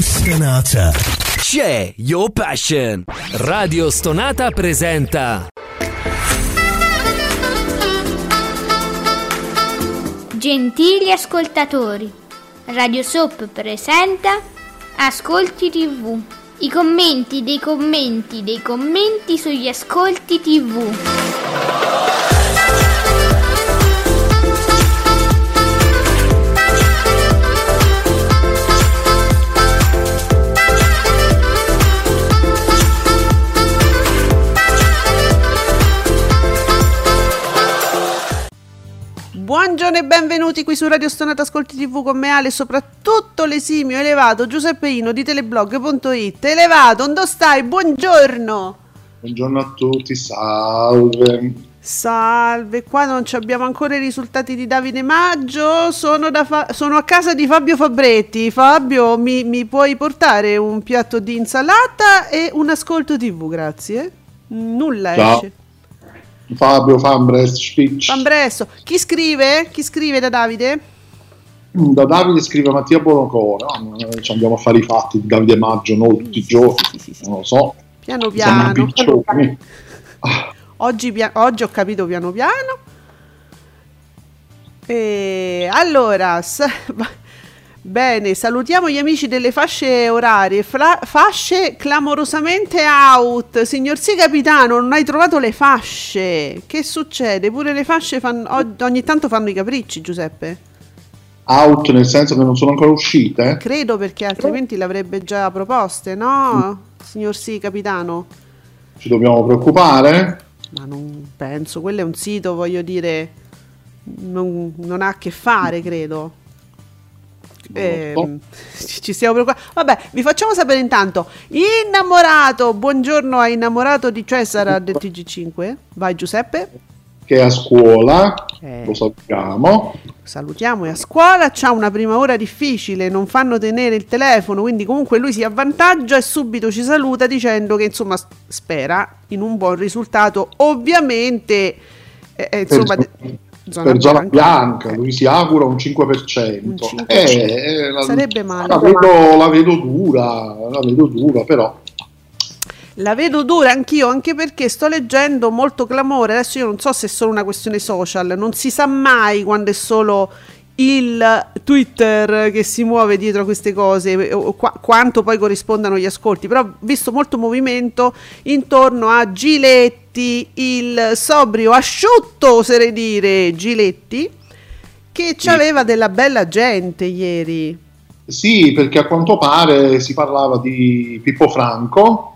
Stonata. C'è Your Passion. Radio Stonata presenta Gentili ascoltatori, Radio Soap presenta Ascolti TV. I commenti dei commenti dei commenti sugli ascolti TV. Buongiorno e benvenuti qui su Radio Stonata Ascolti TV con me Ale, soprattutto l'esimio elevato Giuseppeino di teleblog.it. Elevato, dove stai? Buongiorno. Buongiorno a tutti, salve. Salve, qua non abbiamo ancora i risultati di Davide Maggio, sono a casa di Fabio Fabretti. Fabio, mi puoi portare un piatto di insalata e un ascolto TV, grazie? Nulla Ciao. Esce. Fabio Fambresto. Chi scrive da Davide? Da Davide scrive Mattia Bonocora. Ci andiamo a fare i fatti di Davide Maggio noi tutti i giorni. Sì. Non lo so. Piano Siamo piano. piccioni. Oggi ho capito piano piano. E allora, bene, salutiamo gli amici delle fasce orarie. Fasce clamorosamente out. Signor sì, capitano, non hai trovato le fasce. Che succede? Pure le fasce ogni tanto fanno i capricci, Giuseppe. Out nel senso che non sono ancora uscite? Credo, perché altrimenti le avrebbe già proposte, no? Signor sì, capitano. Ci dobbiamo preoccupare? Ma non penso, quello è un sito, voglio dire, non ha a che fare, credo. Ci stiamo preoccupando. Vabbè, vi facciamo sapere intanto. Innamorato, buongiorno a innamorato di Cesara del TG5. Vai Giuseppe. Che è a scuola, lo sappiamo. Salutiamo, è a scuola, c'ha una prima ora difficile, non fanno tenere il telefono, quindi comunque lui si avvantaggia e subito ci saluta dicendo che insomma spera in un buon risultato, ovviamente insomma per zona bianca, lui si augura un 5%. Sarebbe male. La vedo dura, però. La vedo dura anch'io, anche perché sto leggendo molto clamore. Adesso io non so se è solo una questione social, non si sa mai quando è solo il Twitter che si muove dietro a queste cose, quanto poi corrispondano gli ascolti, però ho visto molto movimento intorno a Giletti, il sobrio asciutto, oserei dire, Giletti, che c'aveva della bella gente ieri. Sì, perché a quanto pare si parlava di Pippo Franco.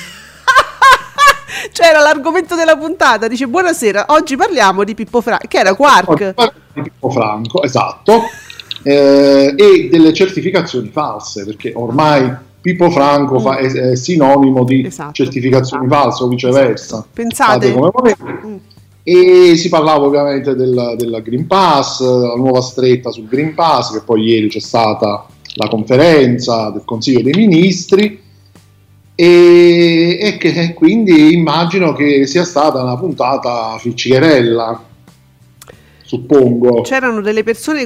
C'era l'argomento della puntata, dice buonasera, oggi parliamo di Pippo Franco, che era Quark. Di Pippo Franco, esatto, e delle certificazioni false, perché ormai Pippo Franco è sinonimo di certificazioni false o viceversa. Esatto. Pensate. E si parlava ovviamente della Green Pass, la nuova stretta sul Green Pass, che poi ieri c'è stata la conferenza del Consiglio dei Ministri. E che quindi immagino che sia stata una puntata ficcicherella, suppongo. C'erano delle persone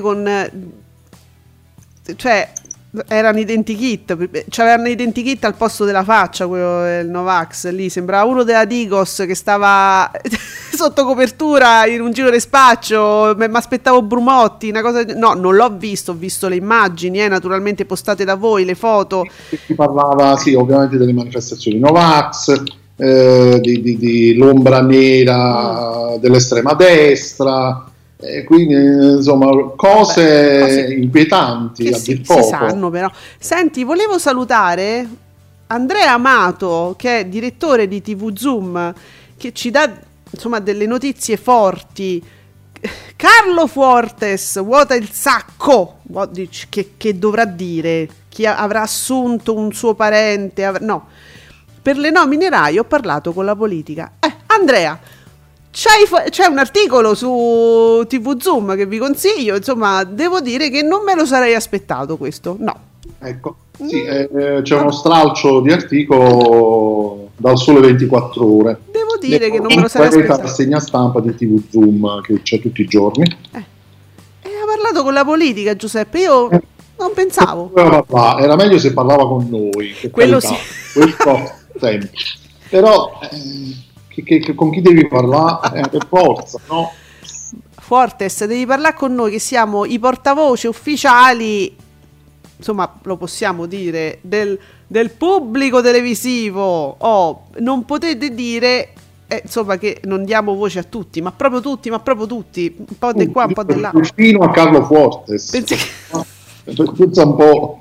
erano identikit, c'avevano identikit al posto della faccia, quello del Novax, lì sembrava uno della Digos che stava sotto copertura in un giro di spaccio, mi aspettavo Brumotti, una cosa, no, non l'ho visto, ho visto le immagini, naturalmente postate da voi, le foto. Si parlava, sì, ovviamente delle manifestazioni Novax, di l'ombra nera dell'estrema destra. Quindi insomma cose inquietanti che a dir poco. Si sanno però. Senti, volevo salutare Andrea Amato, che è direttore di TV Zoom, che ci dà insomma delle notizie forti. Carlo Fuertes vuota il sacco, che dovrà dire? Chi avrà assunto un suo parente? No, per le nomine Rai ho parlato con la politica. Andrea, c'è un articolo su TV Zoom che vi consiglio, insomma, devo dire che non me lo sarei aspettato questo, no. Ecco, sì, c'è uno stralcio di articolo dal Sole 24 Ore. Devo dire che non me lo sarei aspettato. La segna stampa di TV Zoom che c'è tutti i giorni. Ha parlato con la politica, Giuseppe, io non Non pensavo. Era meglio se parlava con noi. Quello sì. Sempre. Però con chi devi parlare? Per forza, no? Fortes, devi parlare con noi che siamo i portavoce ufficiali, insomma lo possiamo dire, del pubblico televisivo. Non potete dire insomma che non diamo voce a tutti, ma proprio tutti, un po' di qua, un po' di là. Fino a Carlo Fortes. Pensa un po'.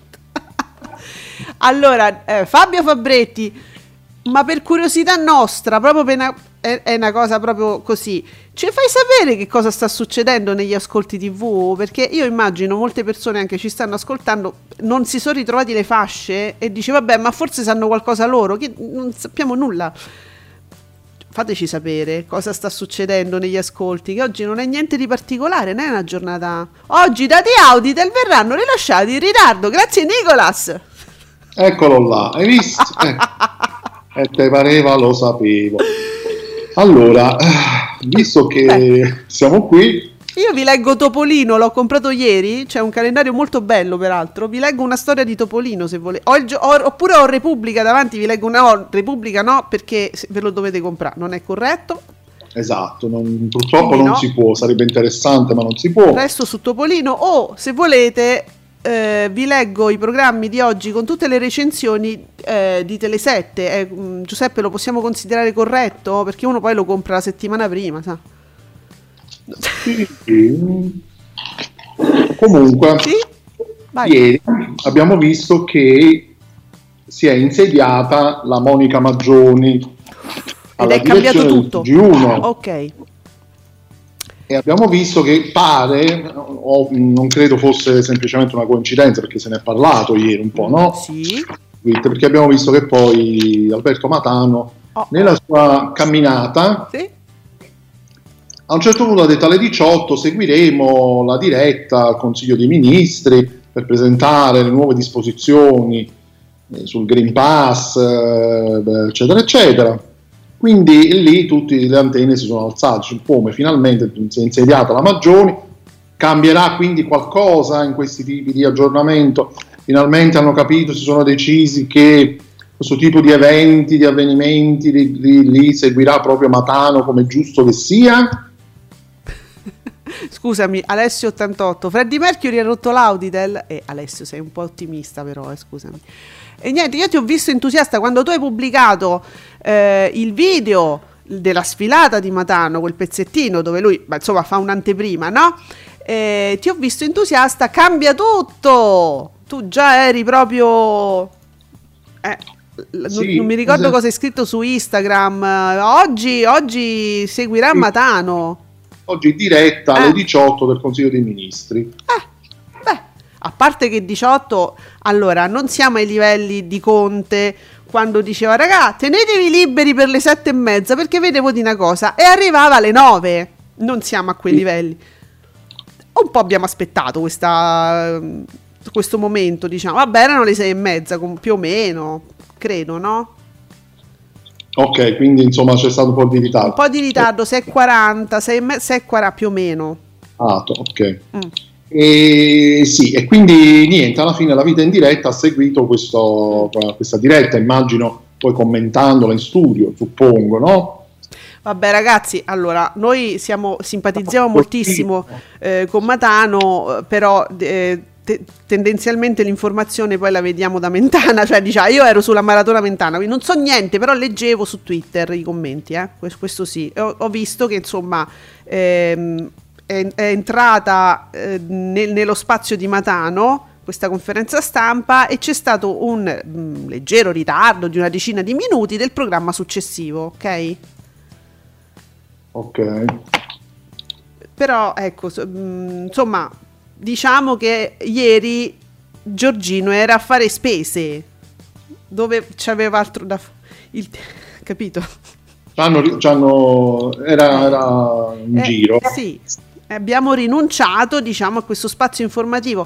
Allora, Fabio Fabretti, ma per curiosità nostra, proprio è una cosa proprio così, ci fai sapere che cosa sta succedendo negli ascolti TV? Perché io immagino molte persone anche ci stanno ascoltando, non si sono ritrovati le fasce e dice vabbè, ma forse sanno qualcosa loro, che non sappiamo nulla. Fateci sapere cosa sta succedendo negli ascolti, che oggi non è niente di particolare, non è una giornata. Oggi i dati Auditel verranno rilasciati in ritardo, grazie Nicolas. Eccolo là, hai visto? E te pareva, lo sapevo. Allora, visto che siamo qui, io vi leggo Topolino, l'ho comprato ieri, c'è un calendario molto bello peraltro, vi leggo una storia di Topolino se volete, oppure ho Repubblica davanti, vi leggo una Repubblica no, perché ve lo dovete comprare, non è corretto. Esatto, purtroppo non si può, sarebbe interessante ma non si può. Resto su Topolino, o se volete vi leggo i programmi di oggi con tutte le recensioni di Tele7. Giuseppe, lo possiamo considerare corretto? Perché uno poi lo compra la settimana prima, sa? Sì. Comunque sì? Ieri abbiamo visto che si è insediata la Monica Maggioni ed è cambiato tutto. G1. Ok. E abbiamo visto che pare, non credo fosse semplicemente una coincidenza, perché se ne è parlato ieri un po', no? Sì. Perché abbiamo visto che poi Alberto Matano, nella sua camminata, sì, a un certo punto ha detto alle 18 seguiremo la diretta al Consiglio dei Ministri per presentare le nuove disposizioni sul Green Pass, eccetera, eccetera. Quindi lì tutte le antenne si sono alzate, come finalmente si è insediata la Maggioni, cambierà quindi qualcosa in questi tipi di aggiornamento, finalmente hanno capito, si sono decisi che questo tipo di eventi, di avvenimenti, lì seguirà proprio Matano come giusto che sia. Scusami, Alessio 88, Freddie Mercury ha rotto l'Auditel, Alessio sei un po' ottimista però, scusami. E niente, io ti ho visto entusiasta quando tu hai pubblicato il video della sfilata di Matano, quel pezzettino dove lui, insomma, fa un'anteprima, no? Ti ho visto entusiasta, cambia tutto! Tu già eri proprio... Sì, non mi ricordo cosa hai scritto su Instagram. Oggi seguirà Matano. Oggi diretta alle 18 del Consiglio dei Ministri. A parte che 18, allora, non siamo ai livelli di Conte quando diceva raga, tenetevi liberi per le 7:30 perché vedevo di una cosa e arrivava alle 9. Non siamo a quei livelli. Un po' abbiamo aspettato questo momento, diciamo. Vabbè, erano le 6:30 più o meno, credo, no? Ok, quindi insomma c'è stato un po' di ritardo. Un po' di ritardo, 6:40, 6:40 più o meno. Ok. E sì, e quindi niente, alla fine la vita in diretta ha seguito questa diretta, immagino poi commentandola in studio, suppongo, no? Vabbè ragazzi, allora noi simpatizziamo moltissimo con Matano, però tendenzialmente l'informazione poi la vediamo da Mentana, cioè diciamo io ero sulla maratona Mentana, quindi non so niente, però leggevo su Twitter i commenti, questo sì, ho visto che insomma è entrata nello spazio di Matano questa conferenza stampa e c'è stato un leggero ritardo di una decina di minuti del programma successivo, ok? Però ecco, insomma, diciamo che ieri Giorgino era a fare spese dove c'aveva altro da capito? Era un giro. Sì, abbiamo rinunciato, diciamo, a questo spazio informativo.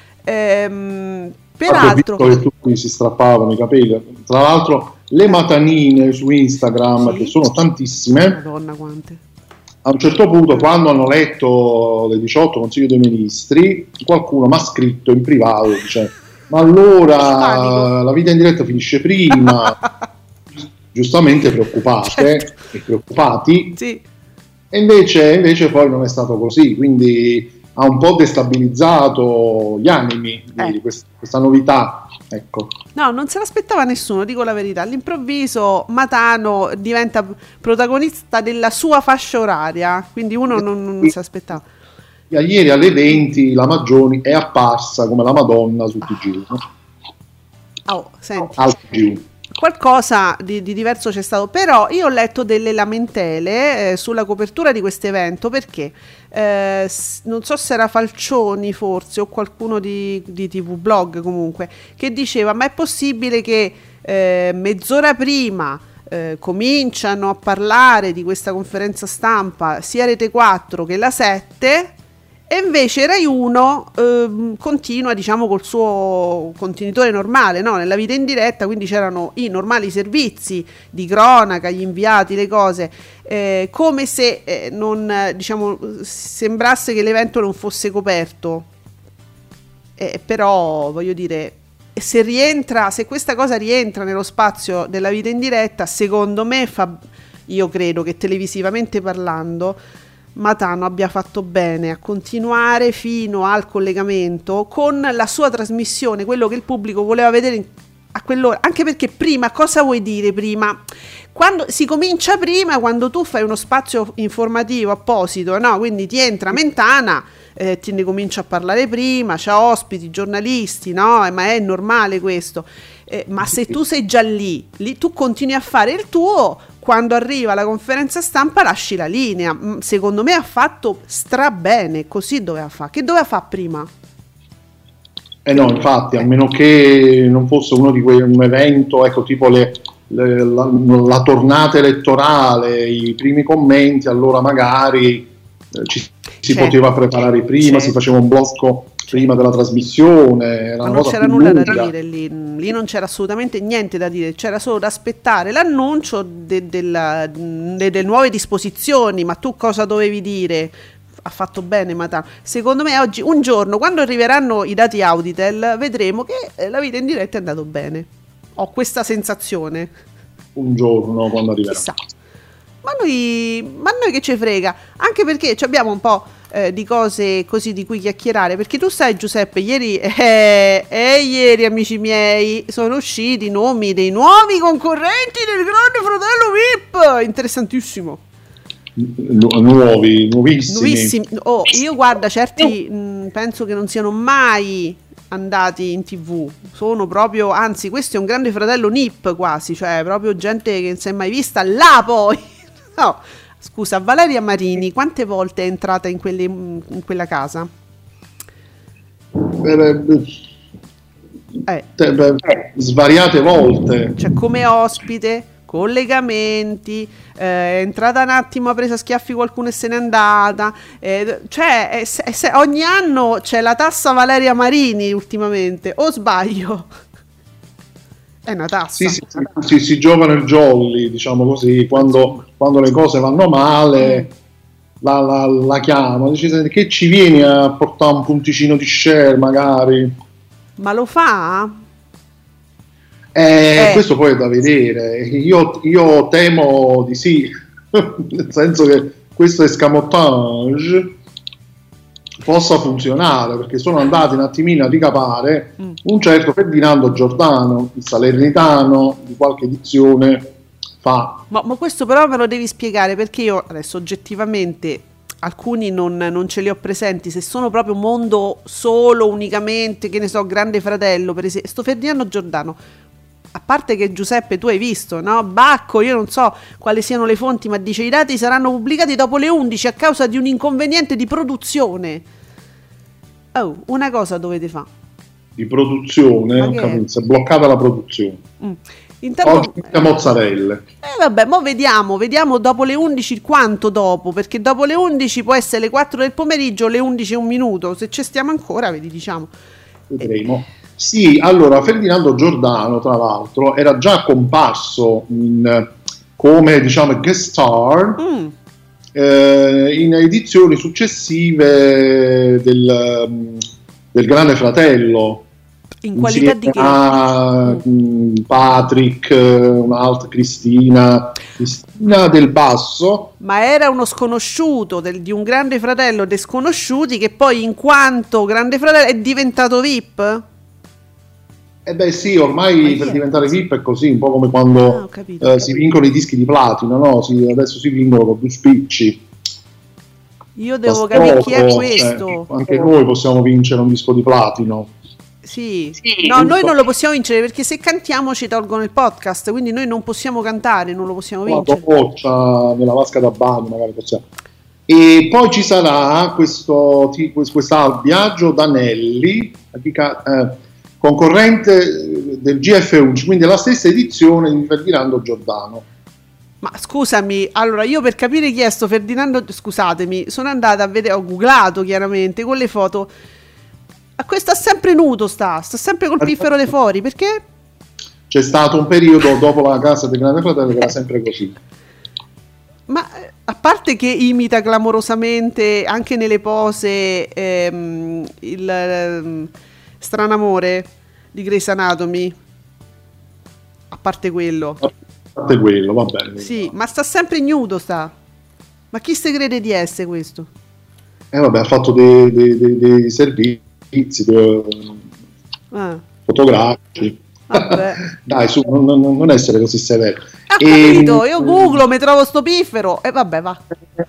Peraltro, che tutti si strappavano i capelli. Tra l'altro, le matanine su Instagram, che sono tantissime, Madonna quante, a un certo punto, quando hanno letto le 18 Consiglio dei Ministri, qualcuno mi ha scritto in privato, dice: ma allora la vita in diretta finisce prima? Giustamente preoccupate, Certo. e preoccupati, Sì. e invece poi non è stato così, quindi ha un po' destabilizzato gli animi di questa novità, ecco. No, non se l'aspettava nessuno, dico la verità. All'improvviso Matano diventa protagonista della sua fascia oraria, quindi uno non se l'aspettava. Ieri alle 20 la Maggioni è apparsa come la Madonna sul TG1. Oh, senti. Al TG1. Qualcosa di diverso c'è stato, però io ho letto delle lamentele sulla copertura di questo evento, perché non so se era Falcioni forse o qualcuno di TV Blog comunque, che diceva: ma è possibile che mezz'ora prima cominciano a parlare di questa conferenza stampa sia Rete 4 che la 7, e invece Rai 1 continua, diciamo, col suo contenitore normale, no? Nella vita in diretta, quindi c'erano i normali servizi di cronaca, gli inviati, le cose, come se non, diciamo, sembrasse che l'evento non fosse coperto. Però voglio dire, se questa cosa rientra nello spazio della vita in diretta, secondo me io credo che televisivamente parlando Matano abbia fatto bene a continuare fino al collegamento con la sua trasmissione, quello che il pubblico voleva vedere a quell'ora, anche perché prima, cosa vuoi dire prima? Quando si comincia prima, quando tu fai uno spazio informativo apposito, no? Quindi ti entra Mentana, ti ne comincia a parlare prima, c'ha ospiti, giornalisti, no? Ma è normale questo. Ma se tu sei già lì, tu continui a fare il tuo, quando arriva la conferenza stampa lasci la linea. Secondo me ha fatto strabene, così doveva fare. Che doveva fare prima? No, infatti, a meno che non fosse un evento, ecco, tipo la tornata elettorale, i primi commenti, allora magari si poteva preparare prima, si faceva un blocco prima della trasmissione. Ma non c'era nulla da dire lì non c'era assolutamente niente da dire, c'era solo da aspettare l'annuncio delle nuove disposizioni. Ma tu cosa dovevi dire? Ha fatto bene Matano. Secondo me oggi, un giorno, quando arriveranno i dati Auditel, vedremo che la vita in diretta è andato bene. Ho questa sensazione. Un giorno, quando arriverà. Chissà. Ma noi che ci frega? Anche perché abbiamo un po' di cose così di cui chiacchierare, perché tu sai, Giuseppe, ieri amici miei, sono usciti i nomi dei nuovi concorrenti del Grande Fratello VIP. Interessantissimo. Nuovissimi. Io guarda, certi penso che non siano mai andati in TV, sono proprio, anzi, questo è un Grande Fratello NIP quasi, cioè proprio gente che non si è mai vista là. Poi no, scusa, Valeria Marini quante volte è entrata in quella casa? Svariate volte, cioè come ospite, collegamenti, è entrata un attimo, ha preso a schiaffi qualcuno e se n'è andata, ogni anno c'è la tassa Valeria Marini ultimamente, o sbaglio? È una tassa. Sì, si giocano il jolly, diciamo così, quando le cose vanno male la chiamo, dice: che ci vieni a portare un punticino di share magari? Ma lo fa? Questo poi è da vedere. Io temo di sì, nel senso che questo escamotage possa funzionare, perché sono andati un attimino a ricapare un certo Ferdinando Giordano, il salernitano di qualche edizione fa. Ma questo però me lo devi spiegare, perché io adesso oggettivamente alcuni non ce li ho presenti, se sono proprio mondo solo, unicamente, che ne so, Grande Fratello, per esempio, sto Ferdinando Giordano, a parte che Giuseppe tu hai visto, no? Bacco, io non so quali siano le fonti, ma dice: i dati saranno pubblicati dopo le 11 a causa di un inconveniente di produzione. Oh, una cosa dovete fare. Di produzione? Si è bloccata la produzione. Intanto, mozzarelle. Vabbè, mo vediamo dopo le 11 quanto dopo, perché dopo le 11 può essere le 4 del pomeriggio, le 11 e un minuto, se ci stiamo ancora, diciamo. Vedremo. Sì, allora Ferdinando Giordano, tra l'altro, era già comparso come, diciamo, guest star in edizioni successive del Grande Fratello. In qualità di che? Patrick, un'altra Cristina del Basso. Ma era uno sconosciuto di un Grande Fratello dei sconosciuti che poi in quanto Grande Fratello è diventato VIP? Beh sì, ormai per diventare VIP è così, un po' come quando si vincono i dischi di platino, no? Adesso si vincono con 2 spicci. Io devo capire chi è questo. Anche noi possiamo vincere un disco di platino. Sì. No, noi non lo possiamo vincere perché se cantiamo ci tolgono il podcast, quindi noi non possiamo cantare, non lo possiamo vincere. Nella vasca da bagno magari possiamo. E poi ci sarà questo viaggio d'Anelli, concorrente del GF11, quindi è la stessa edizione di Ferdinando Giordano. Ma scusami, allora io per capire chi è sto Ferdinando, scusatemi, sono andata a vedere, ho googlato chiaramente con le foto. A questo sta sempre nudo, sta sempre col piffero dei fori, perché? C'è stato un periodo dopo la casa del Grande Fratello che era sempre così. Ma a parte che imita clamorosamente anche nelle pose il Stranamore di Grey's Anatomy, a parte quello, va bene. Sì, ma sta sempre nudo, sta. Ma chi se crede di essere questo? Vabbè, ha fatto dei servizi fotografici. Dai, su, non essere così severo. Ho capito, io googlo, mi trovo sto piffero e vabbè, va.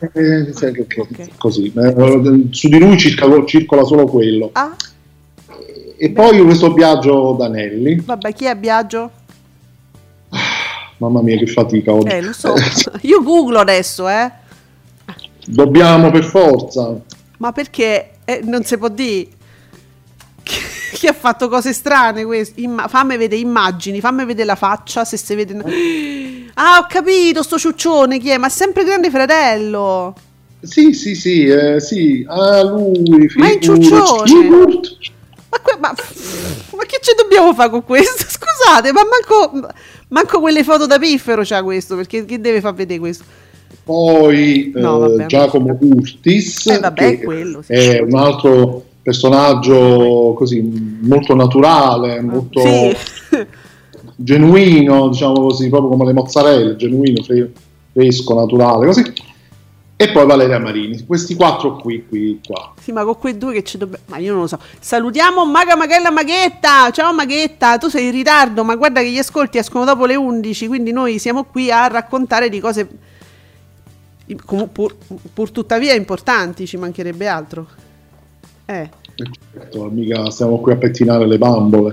Così, su di lui circola solo quello. E poi questo Biagio d'Anelli. Vabbè, chi è Biagio? Mamma mia, che fatica oggi. Lo so. Io googlo adesso, Dobbiamo per forza. Ma perché non si può dire? Chi ha fatto cose strane questo? Fammi vedere immagini, fammi vedere la faccia, se si vede. Ho capito, sto ciuccione chi è? Ma è sempre Grande Fratello. Sì. Lui. Ma è in ciuccione. Ma che ci dobbiamo fare con questo? Scusate, ma manco quelle foto da piffero c'ha questo, perché che deve far vedere questo? Poi Giacomo Curtis, è quello, sì. È un altro personaggio così molto naturale, molto genuino, diciamo così, proprio come le mozzarelle, genuino, fresco, naturale, così. E poi Valeria Marini, questi 4 qua. Sì, ma con quei 2 che ci dobbiamo... Ma io non lo so. Salutiamo Magella Maghetta. Ciao Maghetta, tu sei in ritardo, ma guarda che gli ascolti escono dopo le 11, quindi noi siamo qui a raccontare di cose pur tuttavia importanti, ci mancherebbe altro. Certo, mica stiamo qui a pettinare le bambole.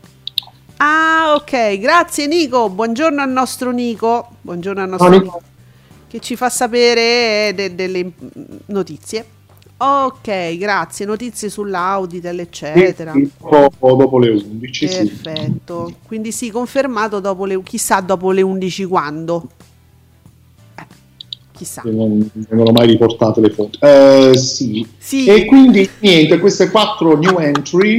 Ok, grazie Nico. Buongiorno al nostro Nico. Nico, che ci fa sapere delle notizie. Ok, grazie. Notizie sull'Auditel, eccetera. Dopo le 11. Perfetto. Sì. Quindi sì, confermato chissà dopo le 11 quando. Chissà. Non ho mai riportate le fonti. Sì. E quindi niente, queste 4 new entry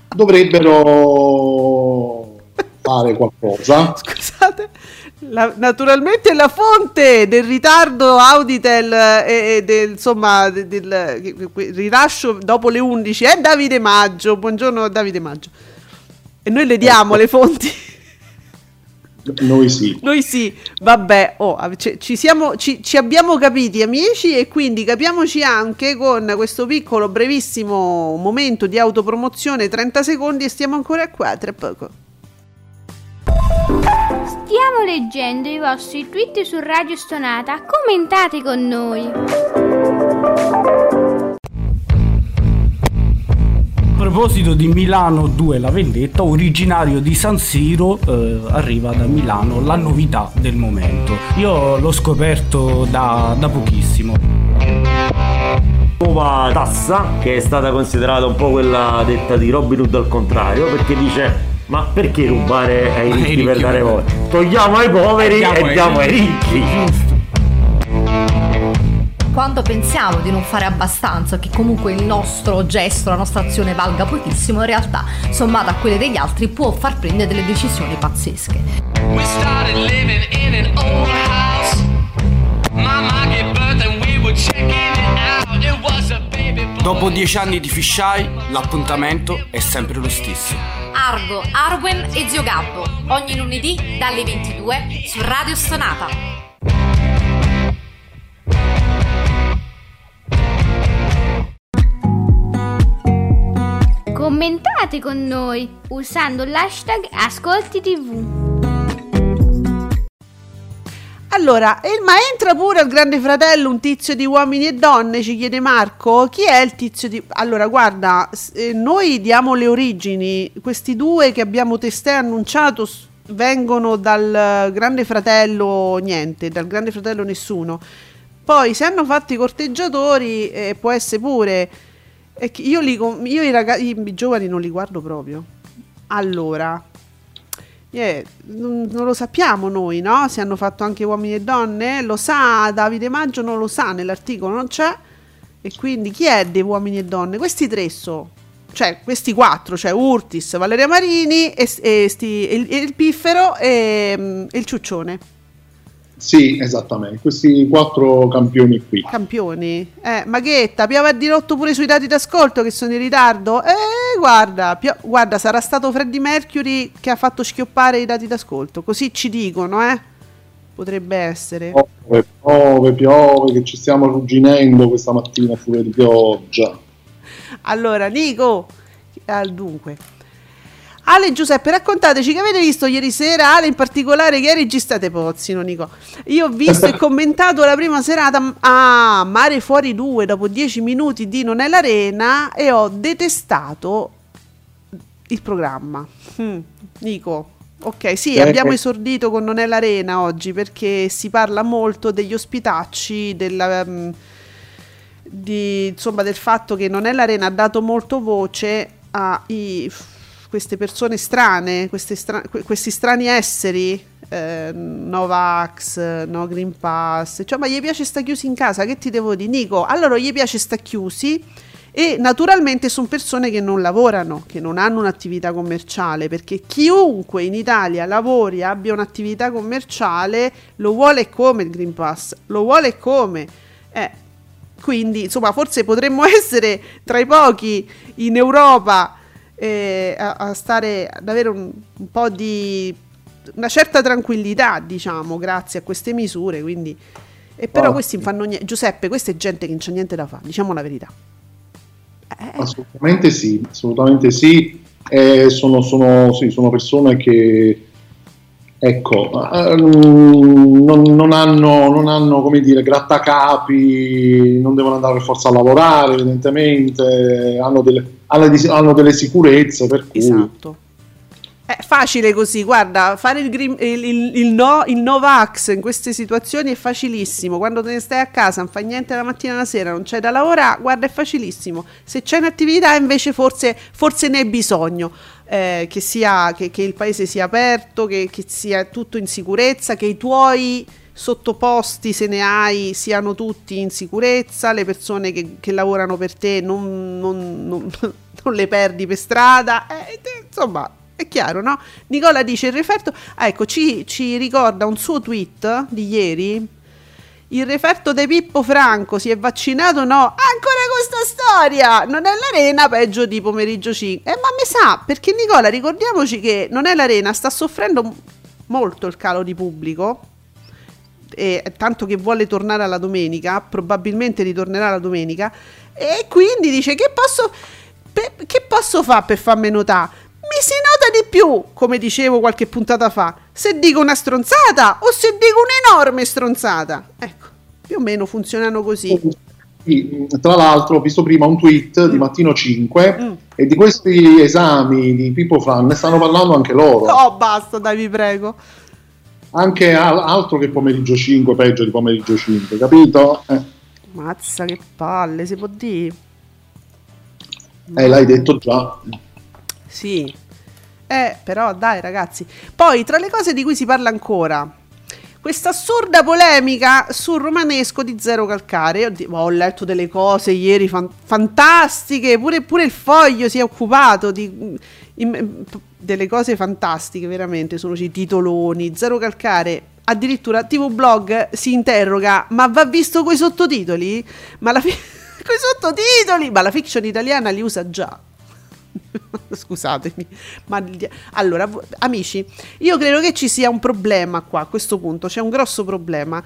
dovrebbero fare qualcosa. Scusate, naturalmente la fonte del ritardo Auditel e del rilascio dopo le 11 è Davide Maggio. Buongiorno Davide Maggio. E noi le diamo le fonti. Noi sì, vabbè, ci abbiamo capiti amici, e quindi capiamoci anche con questo piccolo brevissimo momento di autopromozione, 30 secondi, e stiamo ancora qua tra poco. Stiamo leggendo i vostri tweet su Radio Stonata, commentate con noi. A proposito di Milano 2 La Vendetta, originario di San Siro, arriva da Milano la novità del momento. Io l'ho scoperto da pochissimo. Nuova tassa che è stata considerata un po' quella detta di Robin Hood al contrario, perché dice: ma perché rubare ai ricchi per dare voto? Togliamo ai poveri e diamo ai ricchi. Giusto. Quando pensiamo di non fare abbastanza, che comunque il nostro gesto, la nostra azione valga pochissimo, in realtà, sommata a quelle degli altri, può far prendere delle decisioni pazzesche. We started living in an old house. Mama gave birth and we were Dopo 10 anni di fisheye, l'appuntamento è sempre lo stesso. Argo, Arwen e Zio Gabbo, ogni lunedì dalle 22 su Radio Stonata. Commentate con noi usando l'hashtag Ascolti TV. Allora, ma entra pure al Grande Fratello un tizio di uomini e donne, ci chiede Marco. Chi è il tizio di... Allora, guarda, noi diamo le origini. Questi due che abbiamo testé annunciato vengono dal Grande Fratello niente, dal Grande Fratello nessuno. Poi, se hanno fatto i corteggiatori, può essere pure... Io i giovani non li guardo proprio. Allora... non lo sappiamo noi, no? Se hanno fatto anche uomini e donne, lo sa Davide Maggio, non lo sa, nell'articolo non c'è. E quindi chi è dei uomini e donne? Questi tre cioè questi quattro, cioè Urtis, Valeria Marini il Piffero e il Ciuccione. Sì, esattamente, questi 4 campioni qui. Campioni? Maghetta, piove a dirotto pure sui dati d'ascolto che sono in ritardo? Guarda, sarà stato Freddie Mercury che ha fatto schioppare i dati d'ascolto, così ci dicono, potrebbe essere. Piove, che ci stiamo arrugginendo questa mattina fuori di pioggia. Allora, Nico, dunque... Ale e Giuseppe, raccontateci che avete visto ieri sera, Ale in particolare, che hai registrato Pozzino, Nico. Io ho visto e commentato la prima serata a Mare Fuori 2 dopo 10 minuti di Non è l'Arena e ho detestato il programma. Nico, ok, sì, abbiamo esordito con Non è l'Arena oggi perché si parla molto degli ospitacci, insomma, del fatto che Non è l'Arena ha dato molto voce a queste persone strane, questi strani esseri, Novax, no Green Pass, cioè, ma gli piace sta chiusi in casa, che ti devo dire, Nico? Allora gli piace sta chiusi e naturalmente sono persone che non lavorano, che non hanno un'attività commerciale, perché chiunque in Italia lavori, abbia un'attività commerciale, lo vuole come il Green Pass, lo vuole come... Quindi, insomma, forse potremmo essere tra i pochi in Europa ad avere un po' di una certa tranquillità, diciamo, grazie a queste misure, quindi però questi fanno Giuseppe, questa è gente che non c'ha niente da fare, diciamo la verità. Assolutamente sì. Sono persone che non hanno come dire grattacapi, non devono andare per forza a lavorare, evidentemente hanno delle sicurezze, per cui esatto. È facile così, guarda, fare il Novax in queste situazioni è facilissimo. Quando te ne stai a casa, non fai niente la mattina e la sera, non c'è da lavorare, guarda, è facilissimo. Se c'è un'attività invece forse ne hai bisogno, che il paese sia aperto, che sia tutto in sicurezza, che i tuoi sottoposti, se ne hai, siano tutti in sicurezza, le persone che lavorano per te non le perdi per strada, insomma, è chiaro, no? Nicola dice il referto, ecco, ci ricorda un suo tweet di ieri: il referto di Pippo Franco si è vaccinato? No, ancora questa storia, Non è l'Arena peggio di Pomeriggio 5. Ma mi sa, perché Nicola, ricordiamoci che Non è l'Arena sta soffrendo molto il calo di pubblico, tanto che vuole tornare alla domenica, probabilmente ritornerà la domenica, e quindi dice che posso fare per farmi notare? Mi si nota di più, come dicevo qualche puntata fa, se dico una stronzata o se dico un'enorme stronzata. Ecco, più o meno funzionano così. Tra l'altro ho visto prima un tweet di Mattino 5 e di questi esami di Pippo Franco ne stanno parlando anche loro. Oh, basta, dai, vi prego. Anche altro che Pomeriggio 5, peggio di Pomeriggio 5, capito? Mazza, che palle, si può dire? L'hai detto già. Sì, però dai ragazzi. Poi tra le cose di cui si parla ancora, questa assurda polemica sul romanesco di Zero Calcare. Ho letto delle cose ieri fantastiche, pure il Foglio si è occupato delle cose fantastiche, veramente, sono i titoloni. Zero Calcare addirittura TV Blog si interroga, ma va visto coi sottotitoli? Ma coi sottotitoli? Ma la fiction italiana li usa già. Scusatemi, ma allora, amici, io credo che ci sia un problema qua, a questo punto c'è un grosso problema.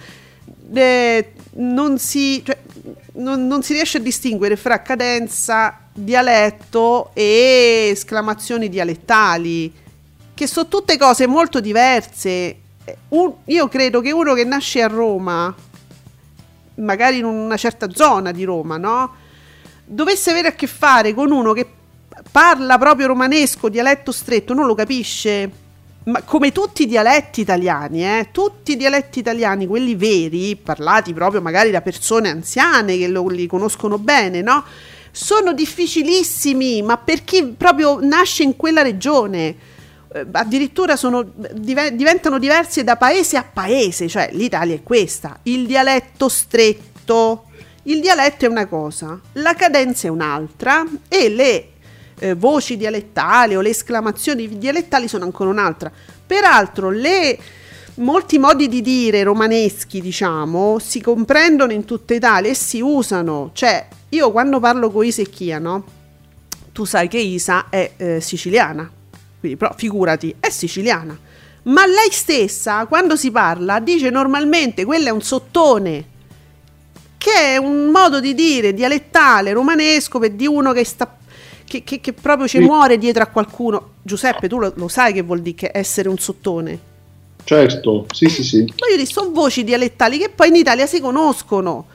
Non si riesce a distinguere fra cadenza, dialetto e esclamazioni dialettali, che sono tutte cose molto diverse. Io credo che uno che nasce a Roma, magari in una certa zona di Roma, no, dovesse avere a che fare con uno che parla proprio romanesco, dialetto stretto, non lo capisce. Ma come tutti i dialetti italiani, tutti i dialetti italiani, quelli veri, parlati proprio magari da persone anziane che li conoscono bene, no? Sono difficilissimi, ma per chi proprio nasce in quella regione. Addirittura diventano diversi da paese a paese, cioè l'Italia è questa, il dialetto stretto, il dialetto è una cosa, la cadenza è un'altra e le voci dialettali o le esclamazioni dialettali sono ancora un'altra. Peraltro molti modi di dire romaneschi, diciamo, si comprendono in tutta Italia e si usano. Cioè, io quando parlo con Isa e Chia, no? Tu sai che Isa è siciliana, quindi però figurati, è siciliana. Ma lei stessa, quando si parla, dice normalmente quello è un sottone, che è un modo di dire dialettale romanesco per di uno che sta che proprio ci muore dietro a qualcuno. Giuseppe, tu lo sai che vuol dire che essere un sottone? Certo, sì. Voglio dire, sono voci dialettali che poi in Italia si conoscono.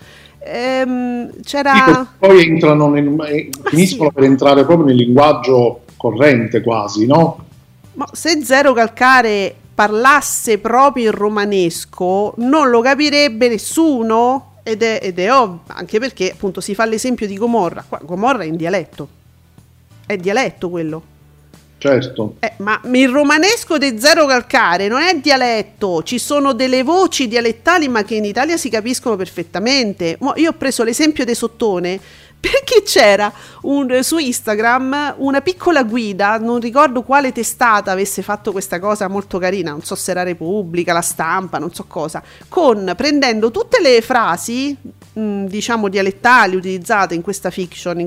C'era... Poi entrano finiscono per entrare proprio nel linguaggio corrente quasi, no? Ma se Zero Calcare parlasse proprio in romanesco non lo capirebbe nessuno, ed è ovvio, anche perché appunto si fa l'esempio di Gomorra. Qua Gomorra è in dialetto. È dialetto quello. Certo. Ma il romanesco di Zero Calcare non è dialetto, ci sono delle voci dialettali ma che in Italia si capiscono perfettamente. Io ho preso l'esempio dei sottone perché c'era su Instagram una piccola guida, non ricordo quale testata avesse fatto questa cosa molto carina, non so se era Repubblica, La Stampa, non so cosa, prendendo tutte le frasi diciamo dialettali utilizzate in questa fiction, in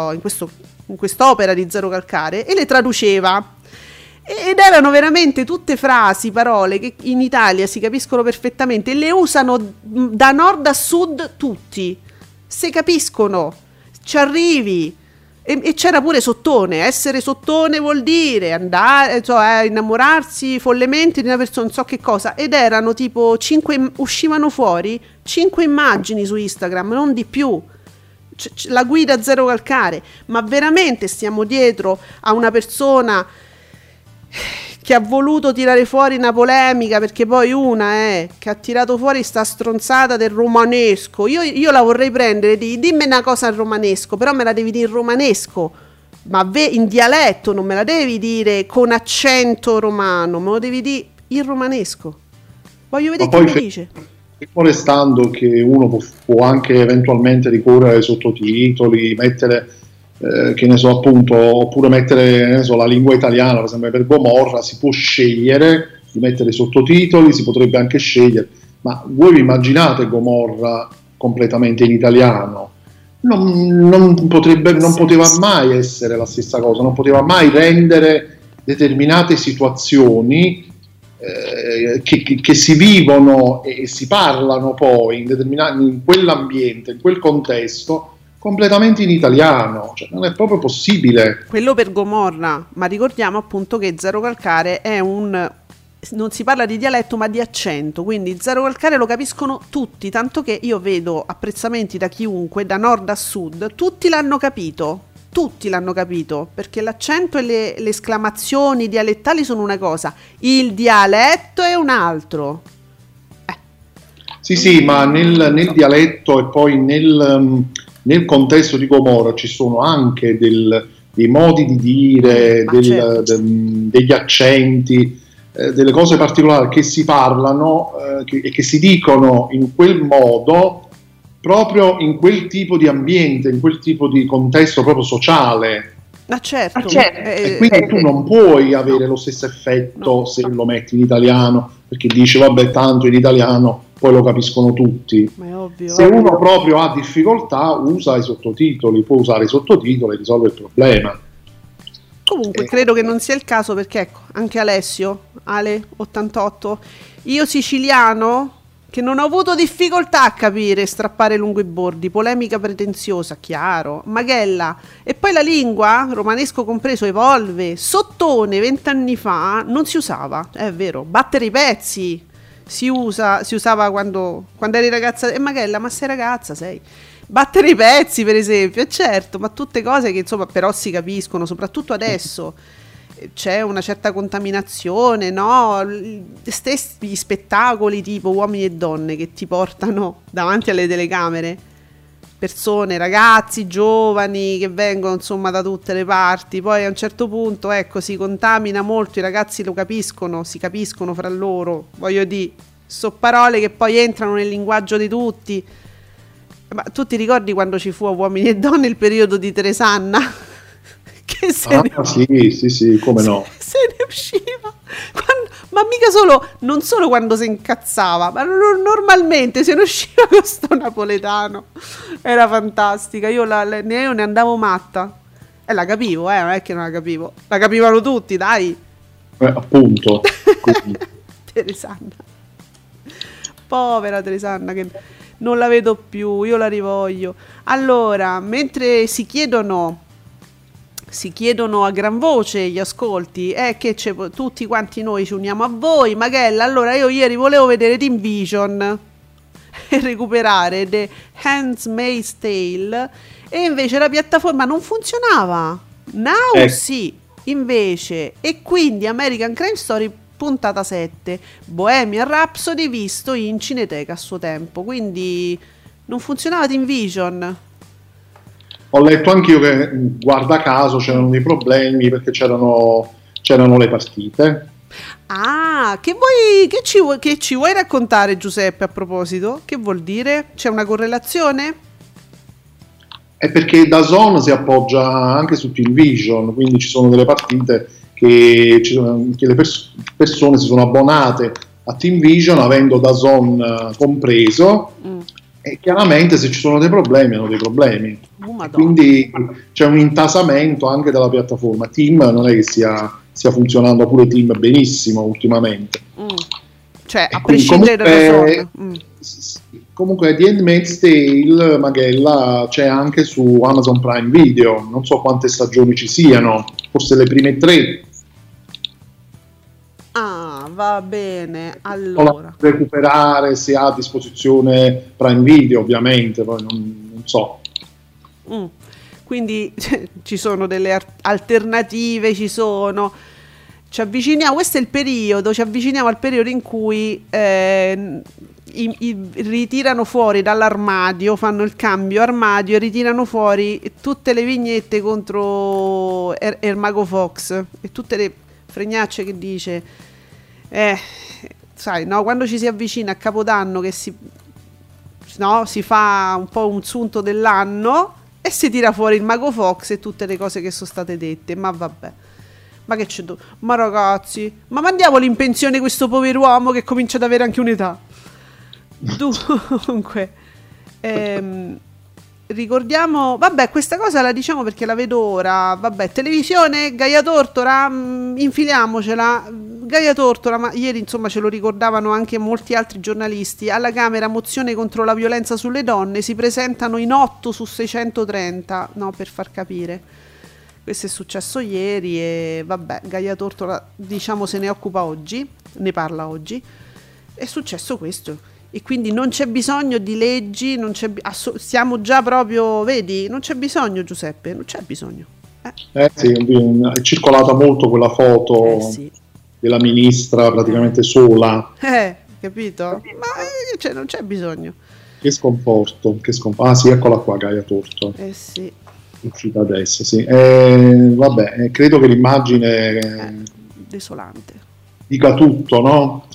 quest'opera di Zero Calcare, e le traduceva. Ed erano veramente tutte frasi, parole che in Italia si capiscono perfettamente, le usano da nord a sud tutti, se capiscono, ci arrivi. E c'era pure sottone. Essere sottone vuol dire andare, cioè innamorarsi follemente di una persona, non so che cosa. Ed erano tipo 5, uscivano fuori 5 immagini su Instagram, non di più. La guida Zero Calcare. Ma veramente stiamo dietro a una persona che ha voluto tirare fuori una polemica, perché poi che ha tirato fuori sta stronzata del romanesco. Io la vorrei prendere, dimmi una cosa in romanesco, però me la devi dire in romanesco, ma in dialetto, non me la devi dire con accento romano, me lo devi dire in romanesco. Voglio vedere che mi dice. Fermo restando che uno può anche eventualmente ricorrere ai sottotitoli, mettere che ne so, appunto, oppure mettere la lingua italiana, per esempio per Gomorra si può scegliere di mettere sottotitoli, si potrebbe anche scegliere, ma voi vi immaginate Gomorra completamente in italiano? Non poteva mai essere la stessa cosa, non poteva mai rendere determinate situazioni che si vivono e si parlano poi in quell'ambiente, in quel contesto, completamente in italiano, cioè non è proprio possibile. Quello per Gomorra, ma ricordiamo appunto che Zero Calcare non si parla di dialetto ma di accento, quindi Zero Calcare lo capiscono tutti, tanto che io vedo apprezzamenti da chiunque, da nord a sud, tutti l'hanno capito, perché l'accento e le esclamazioni dialettali sono una cosa, il dialetto è un altro. Sì, ma nel dialetto e poi nel contesto di Gomorra ci sono anche dei modi di dire, degli accenti, delle cose particolari che si parlano e che si dicono in quel modo, proprio in quel tipo di ambiente, in quel tipo di contesto proprio sociale. Certo. E quindi tu non puoi avere lo stesso effetto se lo metti in italiano, perché dice vabbè tanto in italiano poi lo capiscono tutti. Ma è ovvio. Se uno proprio ha difficoltà usa i sottotitoli, può usare i sottotitoli e risolve il problema. Comunque credo che non sia il caso, perché ecco, anche Alessio, Ale88, io siciliano, che non ho avuto difficoltà a capire strappare lungo i bordi, polemica pretenziosa, chiaro, Maghella, e poi la lingua, romanesco compreso, evolve, sottone 20 anni fa non si usava, è vero, battere i pezzi si usava quando eri ragazza, e Maghella, ma sei ragazza, sei... Battere i pezzi, per esempio, certo, ma tutte cose che insomma però si capiscono, soprattutto adesso c'è una certa contaminazione, no? Stessi spettacoli tipo Uomini e Donne che ti portano davanti alle telecamere persone, ragazzi, giovani che vengono insomma da tutte le parti, poi a un certo punto ecco si contamina molto, i ragazzi lo capiscono, si capiscono fra loro, voglio dire, so parole che poi entrano nel linguaggio di tutti. Ma tu ti ricordi quando ci fu a Uomini e Donne il periodo di Teresanna? Che sì, come no. Se ne usciva. Ma mica non solo quando si incazzava, ma normalmente se ne usciva con sto napoletano. Era fantastica. Io ne andavo matta. E la capivo, non è che non la capivo. La capivano tutti, dai. Appunto. Teresanna. Povera Teresanna che... non la vedo più, io la rivoglio. Allora, mentre si chiedono a gran voce gli ascolti, che tutti quanti noi ci uniamo a voi, Maghella, allora io ieri volevo vedere Team Vision e recuperare The Handmaid's Tale e invece la piattaforma non funzionava. Now sì, invece, e quindi American Crime Story puntata 7, Bohemian Rhapsody visto in Cineteca a suo tempo, quindi non funzionava Team Vision. Ho letto anch'io che guarda caso c'erano dei problemi perché c'erano le partite. Ah, che ci vuoi raccontare, Giuseppe, a proposito? Che vuol dire? C'è una correlazione? È perché DAZN si appoggia anche su Team Vision, quindi ci sono delle partite che le persone si sono abbonate a Team Vision avendo DAZN compreso, e chiaramente se ci sono dei problemi hanno dei problemi, quindi c'è un intasamento anche della piattaforma. Team non è che stia funzionando pure Team benissimo ultimamente, cioè a prescindere da DAZN. Comunque The Handmaid's Tale, Maghella, c'è anche su Amazon Prime Video, non so quante stagioni ci siano, forse le prime 3. Ah, va bene, allora recuperare se ha a disposizione Prime Video, ovviamente, poi non so. Quindi ci sono delle alternative, ci avviciniamo, questo è il periodo, ci avviciniamo al periodo in cui ritirano fuori dall'armadio, fanno il cambio armadio e ritirano fuori tutte le vignette contro Ermago Fox e tutte le fregnacce che dice sai, no, quando ci si avvicina a Capodanno che si fa un po' un sunto dell'anno e si tira fuori il Mago Fox e tutte le cose che sono state dette. Ma vabbè, ma che c'è? Ma ragazzi, ma mandiamolo in pensione questo pover'uomo che comincia ad avere anche un'età. Dunque ricordiamo, vabbè, questa cosa la diciamo perché la vedo ora, vabbè, televisione, Gaia Tortora, infiliamocela, Gaia Tortora, ma ieri insomma ce lo ricordavano anche molti altri giornalisti, alla Camera mozione contro la violenza sulle donne, si presentano in 8 su 630, no, per far capire, questo è successo ieri e vabbè, Gaia Tortora diciamo se ne occupa oggi, ne parla oggi, è successo questo. E quindi non c'è bisogno di leggi, stiamo già proprio, vedi, non c'è bisogno, Giuseppe, non c'è bisogno. Sì, è circolata molto quella foto della ministra praticamente sola. Capito? Ma non c'è bisogno. Che sconforto. Ah sì, eccola qua, Gaia Torto. Sì. Uscita adesso, sì. Vabbè, credo che l'immagine... desolante. Dica tutto, no?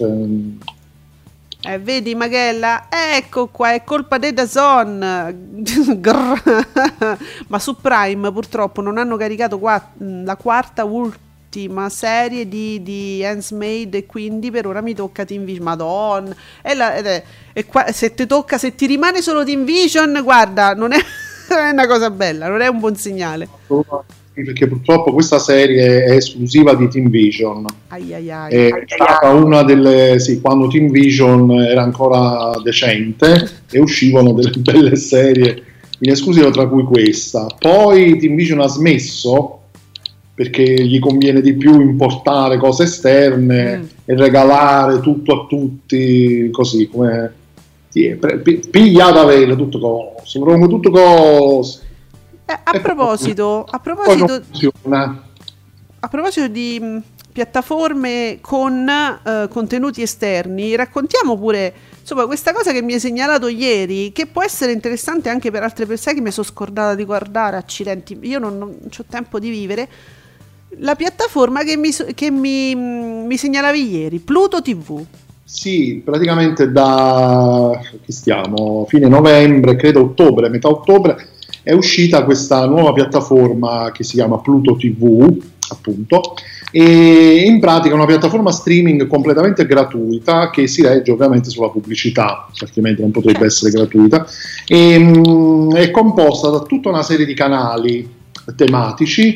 Vedi Maghella, ecco qua, è colpa dei DAZN. Ma su Prime purtroppo non hanno caricato la quarta l'ultima serie di Handmaid, e quindi per ora mi tocca Teen Vision. Madonna, se ti rimane solo Teen Vision, guarda, non è una cosa bella, non è un buon segnale. Perché purtroppo questa serie è esclusiva di Teen Vision. È stata una delle, quando Teen Vision era ancora decente e uscivano delle belle serie in esclusiva, tra cui questa. Poi Teen Vision ha smesso perché gli conviene di più importare cose esterne e regalare tutto a tutti, così come pigliata vele, tutto coso, proprio tutto coso. A proposito di piattaforme con contenuti esterni, raccontiamo pure insomma questa cosa che mi hai segnalato ieri, che può essere interessante anche per altre persone, che mi sono scordata di guardare, accidenti, io non ho tempo di vivere. La piattaforma che mi segnalavi ieri, Pluto TV. Sì, praticamente da fine novembre, credo ottobre, metà ottobre, è uscita questa nuova piattaforma che si chiama Pluto TV, appunto, e in pratica è una piattaforma streaming completamente gratuita che si regge ovviamente sulla pubblicità, altrimenti non potrebbe essere gratuita, e è composta da tutta una serie di canali tematici,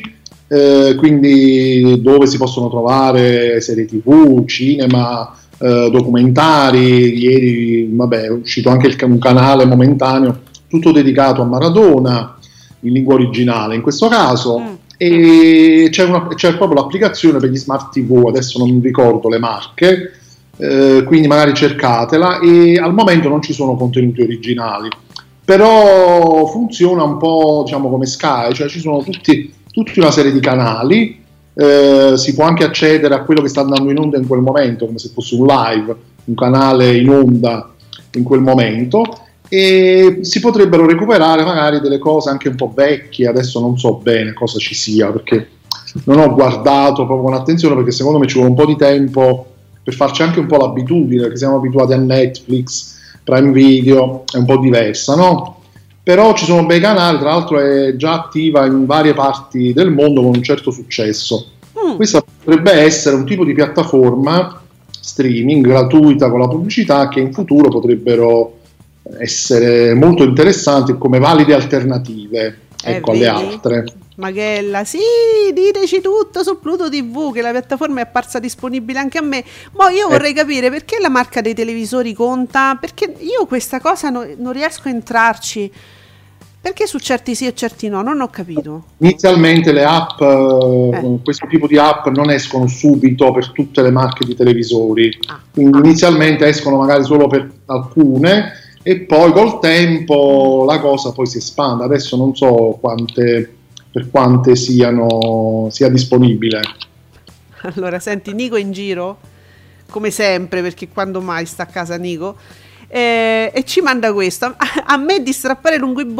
quindi dove si possono trovare serie TV, cinema, documentari. Ieri è uscito anche un canale momentaneo tutto dedicato a Maradona in lingua originale in questo caso, e c'è proprio l'applicazione per gli smart TV, adesso non mi ricordo le marche, quindi magari cercatela, e al momento non ci sono contenuti originali, però funziona un po' come Sky, cioè ci sono tutta una serie di canali, si può anche accedere a quello che sta andando in onda in quel momento, come se fosse un live, un canale in onda in quel momento, e si potrebbero recuperare magari delle cose anche un po' vecchie. Adesso non so bene cosa ci sia, perché non ho guardato proprio con attenzione, perché secondo me ci vuole un po' di tempo per farci anche un po' l'abitudine, perché siamo abituati a Netflix, Prime Video, è un po' diversa, no? Però ci sono bei canali, tra l'altro è già attiva in varie parti del mondo con un certo successo. Questa potrebbe essere un tipo di piattaforma streaming gratuita con la pubblicità che in futuro potrebbero essere molto interessanti come valide alternative, alle altre. Maghella, sì, diteci tutto su Pluto TV, che la piattaforma è apparsa disponibile anche a me. Ma io vorrei capire perché la marca dei televisori conta, perché io questa cosa non riesco a entrarci, perché su certi sì e certi no, non ho capito. Inizialmente le app, questo tipo di app non escono subito per tutte le marche di televisori, quindi inizialmente escono magari solo per alcune, e poi col tempo la cosa poi si espande. Adesso non so per quante sia disponibile. Allora, senti, Nico in giro, come sempre, perché quando mai sta a casa Nico, e ci manda questo. A me di strappare lungo i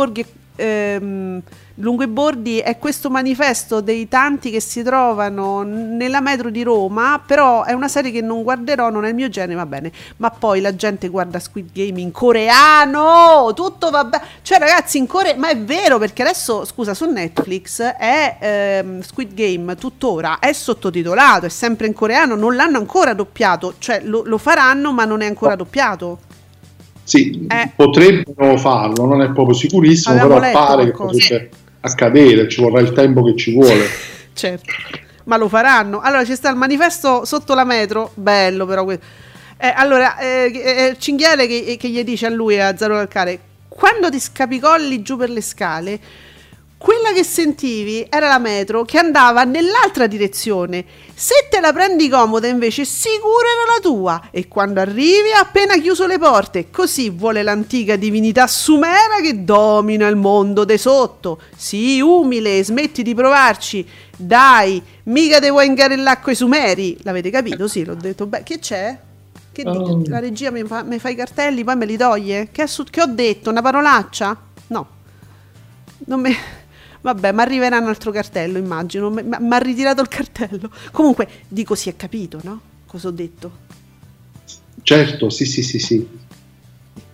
bordi è questo manifesto dei tanti che si trovano nella metro di Roma, però è una serie che non guarderò, non è il mio genere, va bene, ma poi la gente guarda Squid Game in coreano, tutto va bene, cioè ragazzi in coreano, ma è vero, perché adesso, scusa, su Netflix è Squid Game tuttora è sottotitolato, è sempre in coreano, non l'hanno ancora doppiato, cioè lo faranno ma non è ancora doppiato. Sì, potrebbero farlo, non è proprio sicurissimo, però pare che potrebbe accadere, ci vorrà il tempo che ci vuole. Certo, ma lo faranno. Allora ci sta il manifesto sotto la metro, bello però allora Cinghiale che gli dice a lui, a Zaro Calcare, quando ti scapicolli giù per le scale, quella che sentivi era la metro che andava nell'altra direzione. Se te la prendi comoda invece sicura era la tua, e quando arrivi ha appena chiuso le porte. Così vuole l'antica divinità sumera che domina il mondo de sotto. Sii umile, smetti di provarci, dai, mica te vuoi ingarellare coi sumeri. L'avete capito? Sì, l'ho detto. Beh, che c'è? Che la regia mi fa i cartelli, poi me li toglie? Che ho detto? Una parolaccia? No, non me... Vabbè, ma arriverà un altro cartello, immagino. Mi ha ritirato il cartello. Comunque, dico, si è capito, no? Cosa ho detto? Certo, sì.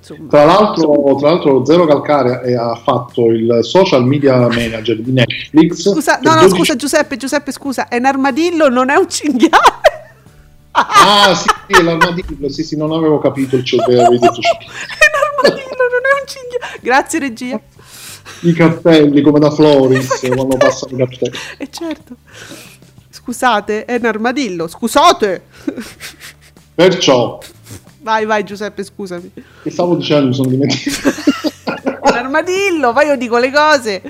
insomma. Tra l'altro Zero Calcare ha fatto il social media manager di Netflix. Scusa, scusa Giuseppe, scusa, è un armadillo, non è un cinghiale. Ah, sì, è l'armadillo, sì, non avevo capito il cervello. È un armadillo, non è un cinghiale. Grazie regia. I cartelli come da Floris quando passano i cartelli. Certo. Scusate, è un armadillo, scusate. Perciò Vai Giuseppe, scusami. che stavo dicendo, mi sono dimenticato. Un armadillo, poi io dico le cose.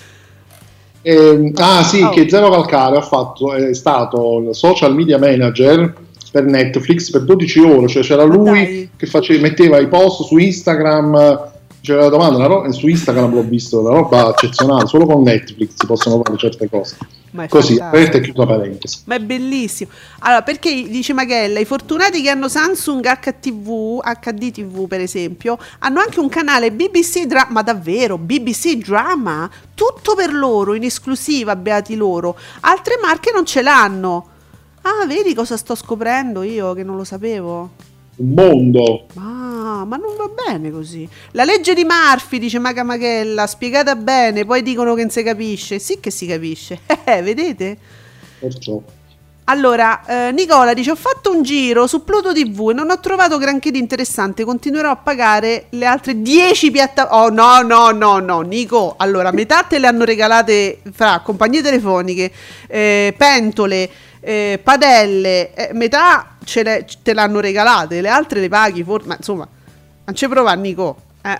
Che Zero Calcare è stato il social media manager per Netflix per 12 ore, cioè c'era lui che metteva i post su Instagram. C'era la domanda, su Instagram l'ho visto, una roba eccezionale, solo con Netflix si possono fare certe cose. Così, aperta e chiusa parentesi. Ma è bellissimo. Allora, perché dice Maghella, i fortunati che hanno Samsung HD TV per esempio, hanno anche un canale BBC Drama, ma davvero, BBC Drama, tutto per loro, in esclusiva, beati loro. Altre marche non ce l'hanno. Ah, vedi cosa sto scoprendo io che non lo sapevo? Un mondo. Ma non va bene così. La legge di Murphy, dice Maghella, spiegata bene, poi dicono che non si capisce. Sì che si capisce. Vedete? Perciò. Allora, Nicola dice: ho fatto un giro su Pluto TV e non ho trovato granché di interessante. Continuerò a pagare le altre 10 piattaforme. Oh no, Nico. Allora, metà te le hanno regalate fra compagnie telefoniche, pentole, padelle, metà te l'hanno regalate, le altre le paghi, ma insomma, non ci provare, Nico.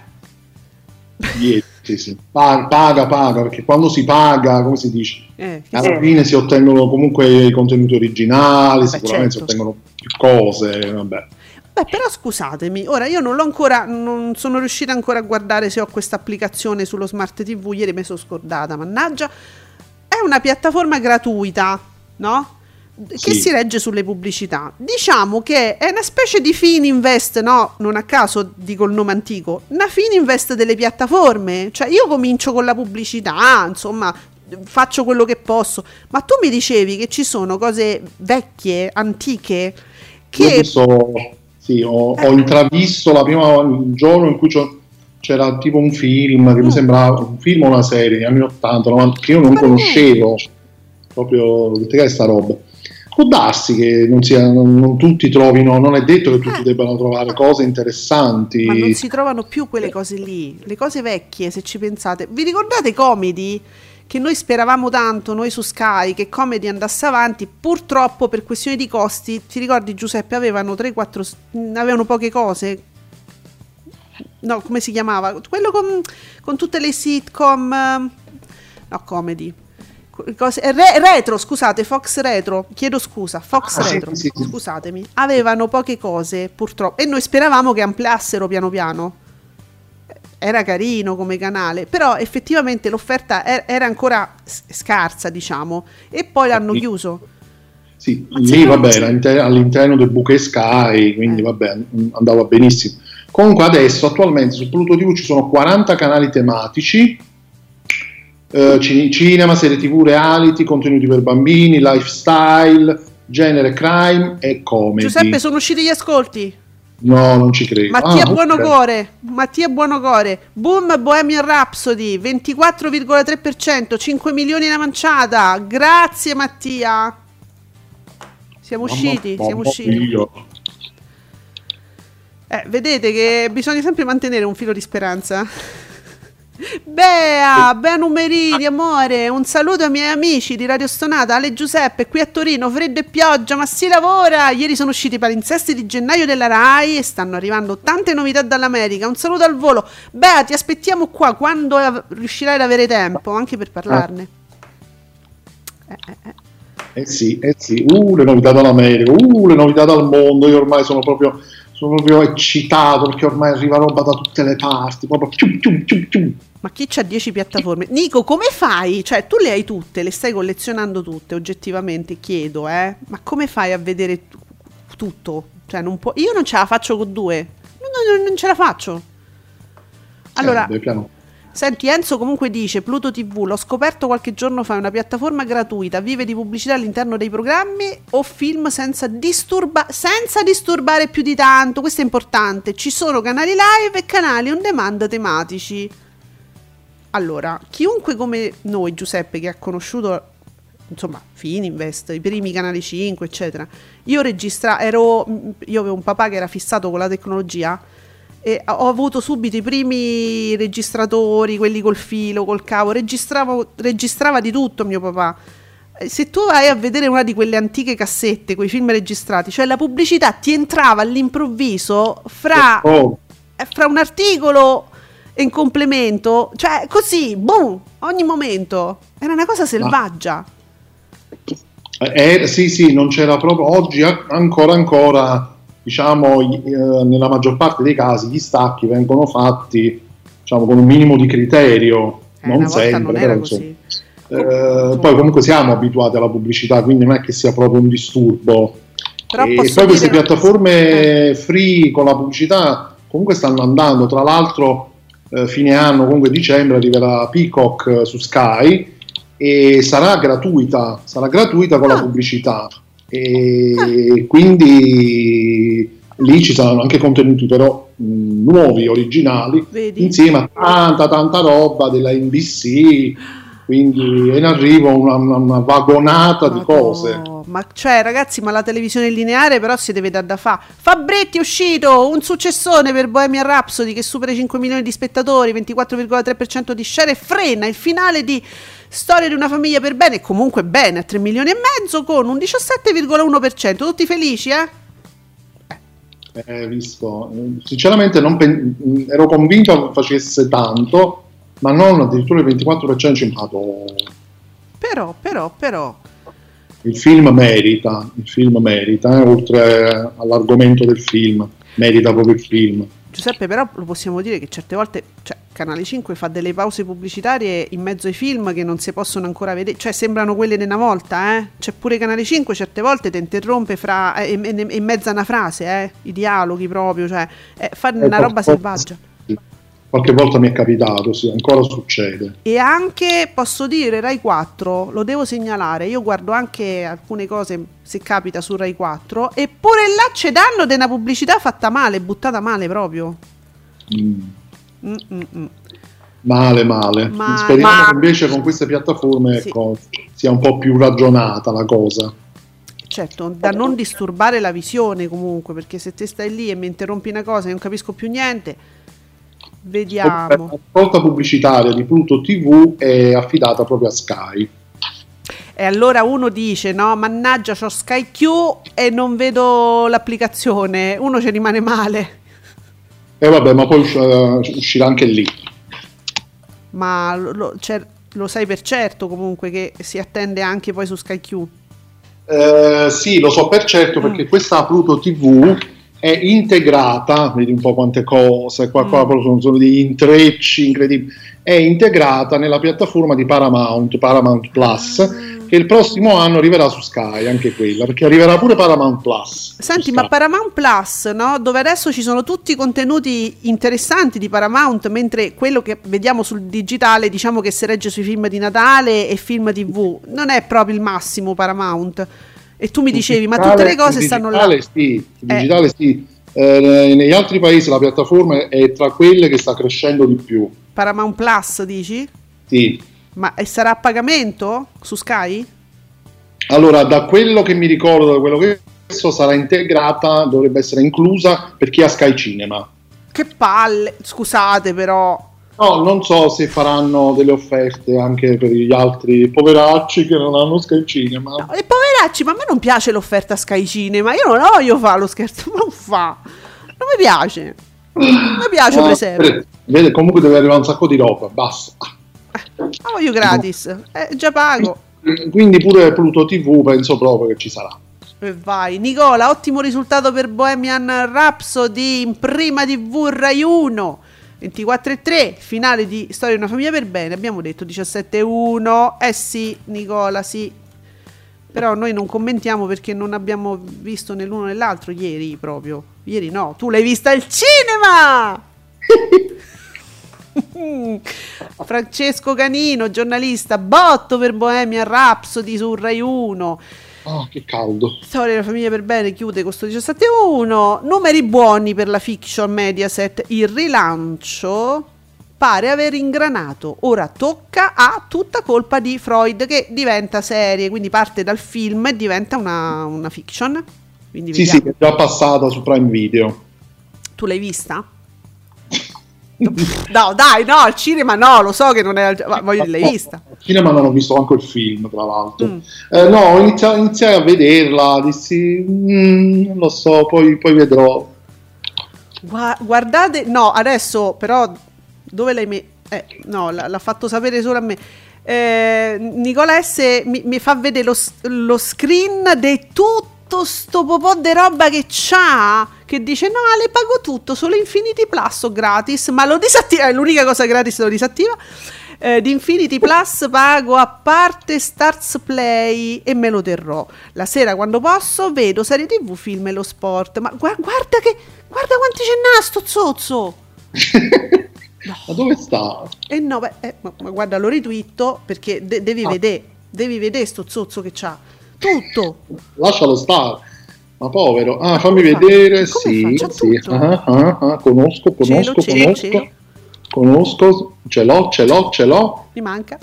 Sì. Paga, perché quando si paga, come si dice, alla fine si ottengono comunque i contenuti originali, sicuramente certo. Si ottengono più cose, vabbè. Però scusatemi, ora io non sono riuscita ancora a guardare se ho questa applicazione sullo Smart TV, ieri mi sono scordata, mannaggia. È una piattaforma gratuita, no? Che si regge sulle pubblicità. Diciamo che è una specie di Fininvest, no? Non a caso dico il nome antico, una Fininvest delle piattaforme. Cioè io comincio con la pubblicità, insomma, faccio quello che posso. Ma tu mi dicevi che ci sono cose vecchie, antiche, che... Ho intravisto il giorno in cui c'era tipo un film che mi sembrava un film o una serie, negli anni 80, 90, che io non conoscevo. Proprio, che è sta roba? Può darsi che non tutti trovino, non è detto che tutti debbano trovare cose interessanti. Ma non si trovano più quelle cose lì, le cose vecchie, se ci pensate. Vi ricordate Comedy? Che noi speravamo tanto, noi su Sky, che Comedy andasse avanti, purtroppo per questioni di costi, ti ricordi Giuseppe, avevano poche cose. No, come si chiamava? Quello con tutte le sitcom, no, Comedy. Retro, scusate, Fox Retro, chiedo scusa, Fox Retro, sì. Scusatemi, avevano poche cose purtroppo e noi speravamo che ampliassero piano piano. Era carino come canale, però effettivamente l'offerta era ancora scarsa, diciamo, e poi l'hanno chiuso. Sì, lì vabbè, era all'interno del buco Sky, quindi vabbè, andava benissimo. Comunque adesso attualmente su Pluto TV ci sono 40 canali tematici. Cinema, serie TV, reality, contenuti per bambini, lifestyle, genere, crime e comedy. Giuseppe, sono usciti gli ascolti? No, non ci credo. Mattia Buonocore, boom, Bohemian Rhapsody 24,3%, 5 milioni la manciata. Grazie Mattia. Siamo usciti. Vedete che bisogna sempre mantenere un filo di speranza. Bea Numerini, amore, un saluto ai miei amici di Radio Stonata, Ale Giuseppe, qui a Torino, freddo e pioggia, ma si lavora. Ieri sono usciti i palinsesti di gennaio della Rai e stanno arrivando tante novità dall'America. Un saluto al volo. Bea, ti aspettiamo qua quando riuscirai ad avere tempo anche per parlarne. Sì. Le novità dall'America, le novità dal mondo. Io ormai sono proprio eccitato perché ormai arriva roba da tutte le parti, proprio Ma chi c'ha 10 piattaforme? Nico, come fai? Cioè, tu le hai tutte, le stai collezionando tutte, oggettivamente chiedo, ma come fai a vedere tutto? Cioè, non può... Io non ce la faccio con 2. Non ce la faccio. Allora, Senti, Enzo comunque dice: Pluto TV, l'ho scoperto qualche giorno fa, è una piattaforma gratuita, vive di pubblicità all'interno dei programmi o film senza disturbare più di tanto. Questo è importante. Ci sono canali live e canali on demand tematici. Allora, chiunque come noi, Giuseppe, che ha conosciuto insomma Fininvest, i primi Canale 5 eccetera, io avevo un papà che era fissato con la tecnologia e ho avuto subito i primi registratori, quelli col filo, col cavo, registrava di tutto mio papà. Se tu vai a vedere una di quelle antiche cassette, quei film registrati, cioè la pubblicità ti entrava all'improvviso fra un articolo e un complemento, cioè così, boom, ogni momento. Era una cosa selvaggia. Sì, non c'era proprio. Oggi ancora diciamo, nella maggior parte dei casi gli stacchi vengono fatti, diciamo, con un minimo di criterio, non sempre, non era così. Poi comunque siamo abituati alla pubblicità, quindi non è che sia proprio un disturbo. E poi queste piattaforme free con la pubblicità comunque stanno andando, tra l'altro fine anno, comunque dicembre, arriverà Peacock su Sky e sarà gratuita con la pubblicità, e quindi lì ci saranno anche contenuti però nuovi, originali. Vedi? Insieme a tanta roba della NBC, quindi è in arrivo una vagonata di cose. Ma cioè ragazzi, ma la televisione lineare però si deve dare da fa. Fabretti è uscito, un successone per Bohemian Rhapsody che supera i 5 milioni di spettatori, 24,3% di share, e frena il finale di Storia di una famiglia per bene, comunque bene, a 3 milioni e mezzo con un 17,1%. Tutti felici, Visto. Sinceramente ero convinto che facesse tanto, ma non addirittura il 24%. Però il film merita, oltre all'argomento del film, merita proprio il film. Giuseppe, però lo possiamo dire che certe volte, cioè, Canale 5 fa delle pause pubblicitarie in mezzo ai film che non si possono ancora vedere, cioè sembrano quelle di una volta, C'è pure Canale 5 certe volte ti interrompe in mezzo a una frase, i dialoghi proprio, cioè fa una roba selvaggia. Qualche volta mi è capitato, sì, ancora succede. E anche, posso dire, Rai 4, lo devo segnalare, io guardo anche alcune cose, se capita, su Rai 4, eppure là ci danno della pubblicità fatta male, buttata male proprio. Male. Speriamo che invece con queste piattaforme sia un po' più ragionata la cosa. Certo, da non disturbare la visione comunque, perché se te stai lì e mi interrompi una cosa e non capisco più niente. Vediamo. La raccolta pubblicitaria di Pluto TV è affidata proprio a Sky. E allora uno dice: no, mannaggia, c'ho Sky Q e non vedo l'applicazione. Uno ci rimane male. E vabbè, ma poi uscirà anche lì. Ma lo sai per certo comunque che si attende anche poi su Sky Q? Sì, lo so per certo, perché questa Pluto TV è integrata, vedi un po' quante cose, qua sono degli intrecci incredibili, è integrata nella piattaforma di Paramount Plus, che il prossimo anno arriverà su Sky, anche quella, perché arriverà pure Paramount Plus. Senti, ma Paramount Plus, no? Dove adesso ci sono tutti i contenuti interessanti di Paramount, mentre quello che vediamo sul digitale, diciamo che si regge sui film di Natale e film TV, non è proprio il massimo Paramount. E tu mi dicevi, ma tutte le cose stanno là. Digitale sì. Negli altri paesi la piattaforma è tra quelle che sta crescendo di più. Paramount Plus, dici? Sì. Ma sarà a pagamento su Sky? Allora, da quello che mi ricordo, da quello che so, sarà integrata, dovrebbe essere inclusa per chi ha Sky Cinema. Che palle, scusate però. No, non so se faranno delle offerte anche per gli altri poveracci che non hanno Sky Cinema. No, e poveracci, ma a me non piace l'offerta Sky Cinema. Io non voglio fare lo scherzo, non mi piace. Non mi piace, preserve. Vede, comunque deve arrivare un sacco di roba, basta. La voglio gratis, già pago. Quindi pure Pluto TV penso proprio che ci sarà. E vai. Nicola, ottimo risultato per Bohemian Rhapsody in prima TV Rai 1. 24,3, finale di Storia di una famiglia per bene, abbiamo detto 17,1. Sì, Nicola, sì. Però noi non commentiamo perché non abbiamo visto né l'uno né l'altro ieri proprio. Ieri no, tu l'hai vista al cinema! Francesco Canino, giornalista, botto per Bohemian Rhapsody su Rai 1. Ah, che caldo. Storia della famiglia per bene chiude con sto 17-1. Numeri buoni per la fiction Mediaset. Il rilancio pare aver ingranato. Ora tocca a tutta colpa di Freud, che diventa serie, quindi parte dal film e diventa una fiction. Quindi sì, vediamo. sì, è già passata su Prime Video. Tu l'hai vista? No, dai, no, al cinema no, lo so che non è voglio dire, l'hai vista? Al cinema non ho visto anche il film, tra l'altro. No, iniziai a vederla, dissi, non lo so, poi vedrò. Guardate, no, adesso però, dove l'hai messo? No, l'ha fatto sapere solo a me. Nicola S. mi fa vedere lo screen di tutto sto popò di roba che c'ha, che dice no, le pago tutto, solo Infinity Plus o gratis, ma lo disattiva, è l'unica cosa gratis, lo disattiva. Di Infinity Plus pago a parte Stars Play e me lo terrò. La sera quando posso vedo serie TV, film e lo sport. Ma guarda quanti ce n'ha sto zozzo. No. Ma dove sta? No, ma guarda, lo ritwitto perché devi vedere sto zozzo che c'ha tutto. Lascialo stare, ma povero. Fammi vedere. Sì, sì. Conosco, ce l'ho. Mi manca.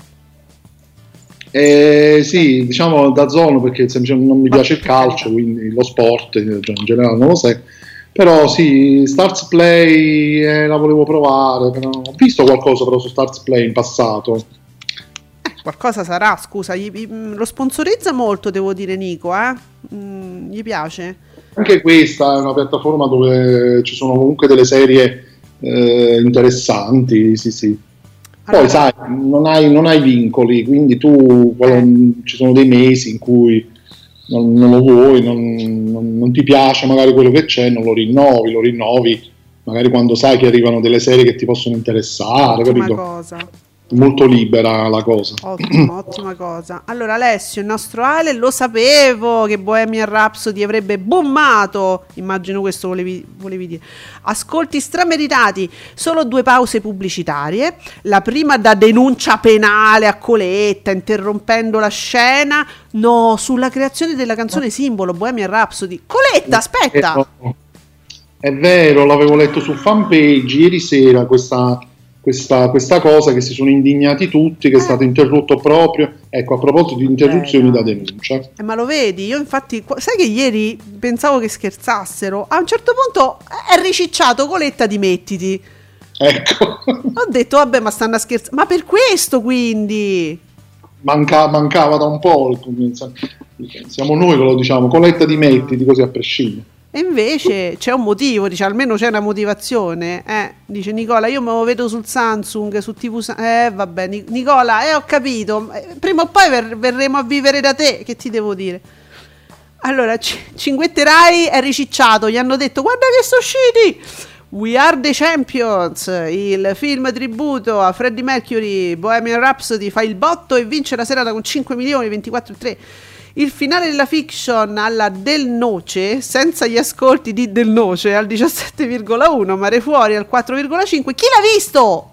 Sì, diciamo da zona, perché non mi piace il calcio, quindi lo sport in generale non lo sai. Però sì, Stars Play la volevo provare, però ho visto qualcosa però su Stars Play in passato. Qualcosa sarà, scusa, lo sponsorizza molto, devo dire, Nico, gli piace? Anche questa è una piattaforma dove ci sono comunque delle serie interessanti, sì. Poi allora, sai, non hai vincoli, quindi tu ci sono dei mesi in cui non lo vuoi, non ti piace magari quello che c'è, non lo rinnovi magari quando sai che arrivano delle serie che ti possono interessare. Ottima capito? Cosa. Molto libera la cosa. Ottima cosa. Allora Alessio, il nostro Ale, lo sapevo che Bohemian Rhapsody avrebbe bommato, immagino questo volevi dire. Ascolti strameritati, solo 2 pause pubblicitarie, la prima da denuncia penale a Coletta interrompendo la scena, no, sulla creazione della canzone simbolo Bohemian Rhapsody. Coletta, aspetta, è vero, l'avevo letto su fanpage ieri sera questa cosa, che si sono indignati tutti, che è stato interrotto proprio, ecco, a proposito di interruzioni da denuncia. Ma lo vedi, io infatti, sai che ieri pensavo che scherzassero, a un certo punto è ricicciato Coletta, dimettiti. Ecco. Ho detto, vabbè, ma stanno a scherzare, ma per questo quindi... Mancava da un po', siamo noi che lo diciamo, Coletta dimettiti, così a prescindere. E invece c'è un motivo, dice, almeno c'è una motivazione. Dice Nicola, io me lo vedo sul Samsung, su TV. Vabbè, Nicola, ho capito. Prima o poi verremo a vivere da te, che ti devo dire? Allora, Cinguette Rai è ricicciato, gli hanno detto, guarda che sono usciti We Are the Champions, il film tributo a Freddie Mercury, Bohemian Rhapsody, fa il botto e vince la serata con 5 milioni, 24,3. Il finale della fiction alla Del Noce, senza gli ascolti di Del Noce, al 17,1, Mare Fuori al 4,5. Chi l'ha visto?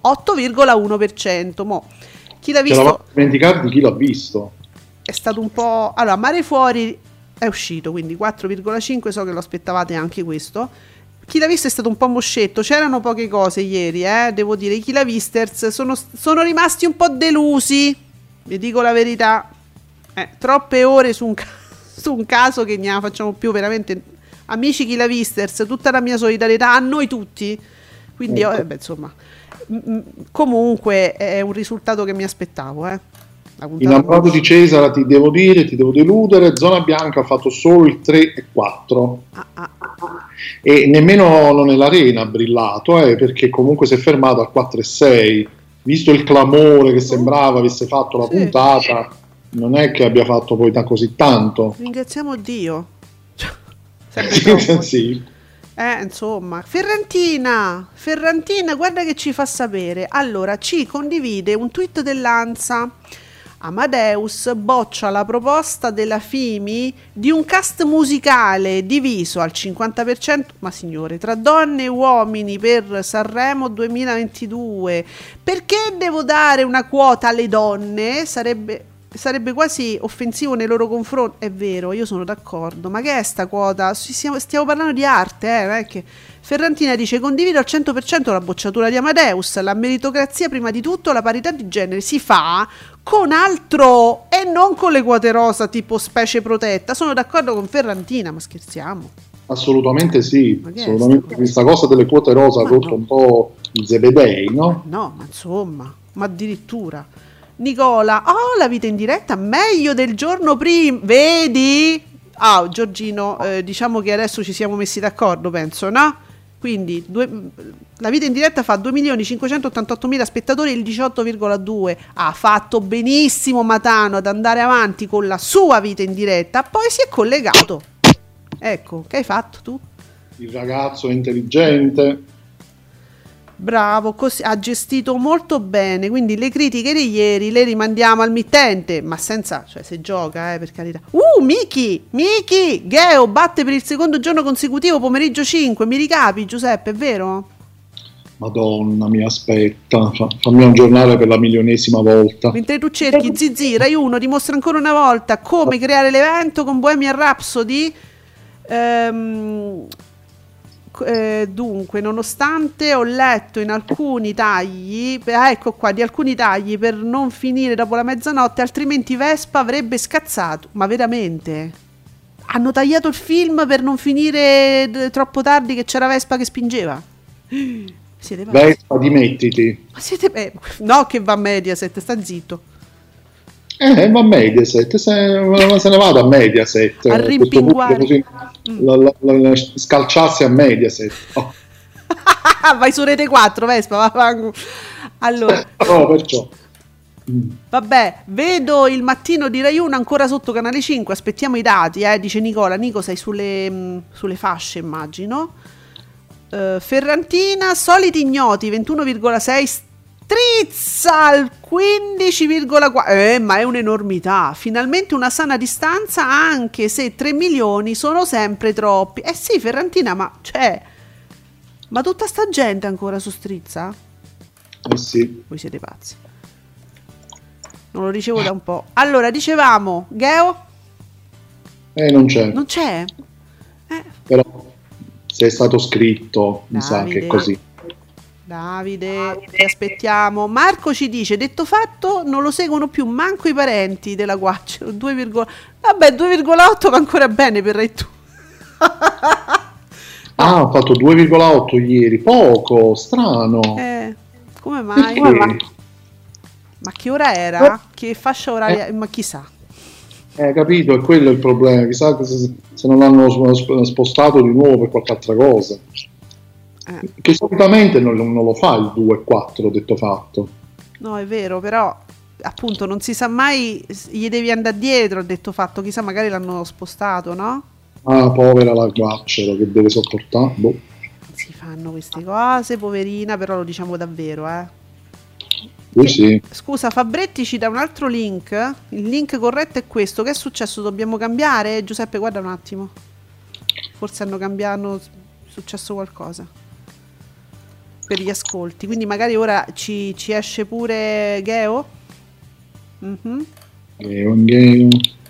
8,1%. Mo. Chi l'ha visto? Ce la dimenticare di chi l'ha visto. È stato un po'... Allora, Mare Fuori è uscito, quindi 4,5, so che lo aspettavate anche questo. Chi l'ha visto è stato un po' moscetto, c'erano poche cose ieri, devo dire. I Chi l'ha visters sono rimasti un po' delusi, vi dico la verità. Troppe ore su un caso che ne facciamo più, veramente. Amici Chi l'ha visters, tutta la mia solidarietà a noi tutti. Quindi insomma, comunque è un risultato che mi aspettavo. Innamorato di Cesare, ti devo deludere. Zona Bianca ha fatto solo il 3,4 e nemmeno non è l'Arena ha brillato, perché comunque si è fermato al 4,6. Visto il clamore che sembrava avesse fatto la puntata, non è che abbia fatto poi così tanto. Ringraziamo Dio. Sì. Insomma, Ferrantina, guarda che ci fa sapere. Allora, ci condivide un tweet dell'Ansa. Amadeus boccia la proposta della FIMI di un cast musicale diviso al 50%, ma signore, tra donne e uomini per Sanremo 2022. Perché devo dare una quota alle donne? Sarebbe quasi offensivo nei loro confronti. È vero, io sono d'accordo, ma che è sta quota? Stiamo parlando di arte, non è che... Ferrantina dice: condivido al 100% la bocciatura di Amadeus. La meritocrazia prima di tutto, la parità di genere si fa con altro e non con le quote rosa tipo specie protetta. Sono d'accordo con Ferrantina, ma scherziamo? Assolutamente sì, assolutamente. Questa cosa delle quote rosa ha rotto un po' i zebedei, no? No, ma insomma, ma addirittura. Nicola, la vita in diretta meglio del giorno prima, vedi? Giorgino, diciamo che adesso ci siamo messi d'accordo, penso, no? Quindi la vita in diretta fa 2.588.000 spettatori, il 18,2%. Ha fatto benissimo Matano ad andare avanti con la sua vita in diretta, poi si è collegato. Ecco, che hai fatto tu? Il ragazzo è intelligente. Bravo, così ha gestito molto bene, quindi le critiche di ieri le rimandiamo al mittente, ma senza, cioè se gioca, per carità. Miki, Geo batte per il secondo giorno consecutivo, pomeriggio 5, mi ricapi Giuseppe, è vero? Madonna mia, aspetta, fammi aggiornare per la milionesima volta. Mentre tu cerchi, Zizi, Rai 1 dimostra ancora una volta come creare l'evento con Bohemian Rhapsody. Dunque, nonostante ho letto in alcuni tagli, ecco qua, di alcuni tagli per non finire dopo la mezzanotte, altrimenti Vespa avrebbe scazzato. Ma veramente? Hanno tagliato il film per non finire troppo tardi che c'era Vespa che spingeva? Siete pazzi? Vespa, dimettiti. No, che va a Mediaset, sta zitto. Va a Mediaset, se ne vada a Mediaset. A rimpinguare. Così, scalciarsi a Mediaset. Oh. Vai su Rete 4, Vespa. Allora. No, perciò. Vabbè, vedo il mattino di Rai 1 ancora sotto Canale 5, aspettiamo i dati, dice Nicola. Nico, sei sulle fasce, immagino. Ferrantina, soliti ignoti, 21,6, strizza al 15,4, ma è un'enormità. Finalmente una sana distanza, anche se 3 milioni sono sempre troppi. Sì, Ferrantina, ma tutta sta gente ancora su strizza? Sì. Voi siete pazzi. Non lo ricevo da un po'. Allora, dicevamo, Geo? Non c'è. Non c'è? Però se è stato scritto, mi sa che è così. Davide, ti aspettiamo. Marco ci dice: detto fatto, non lo seguono più manco i parenti della Guaccio. 2,8 va ancora bene per Rai 2. Ha fatto 2,8 ieri, poco, strano. Come mai? Ma che ora era? Che fascia oraria? Ma chissà. Capito, è quello il problema. Chissà se non l'hanno spostato di nuovo per qualche altra cosa. Che solitamente non lo fa il 2,4, detto fatto. No, è vero, però appunto non si sa mai, gli devi andare dietro, detto fatto, chissà, magari l'hanno spostato, no? Povera la Guaccero che deve sopportare. Si fanno queste cose, poverina, però lo diciamo davvero, Sì. Scusa, Fabretti ci dà un altro link. Il link corretto è questo. Che è successo? Dobbiamo cambiare? Giuseppe, guarda un attimo. Forse hanno successo qualcosa per gli ascolti, quindi magari ora ci esce pure Geo. Geo.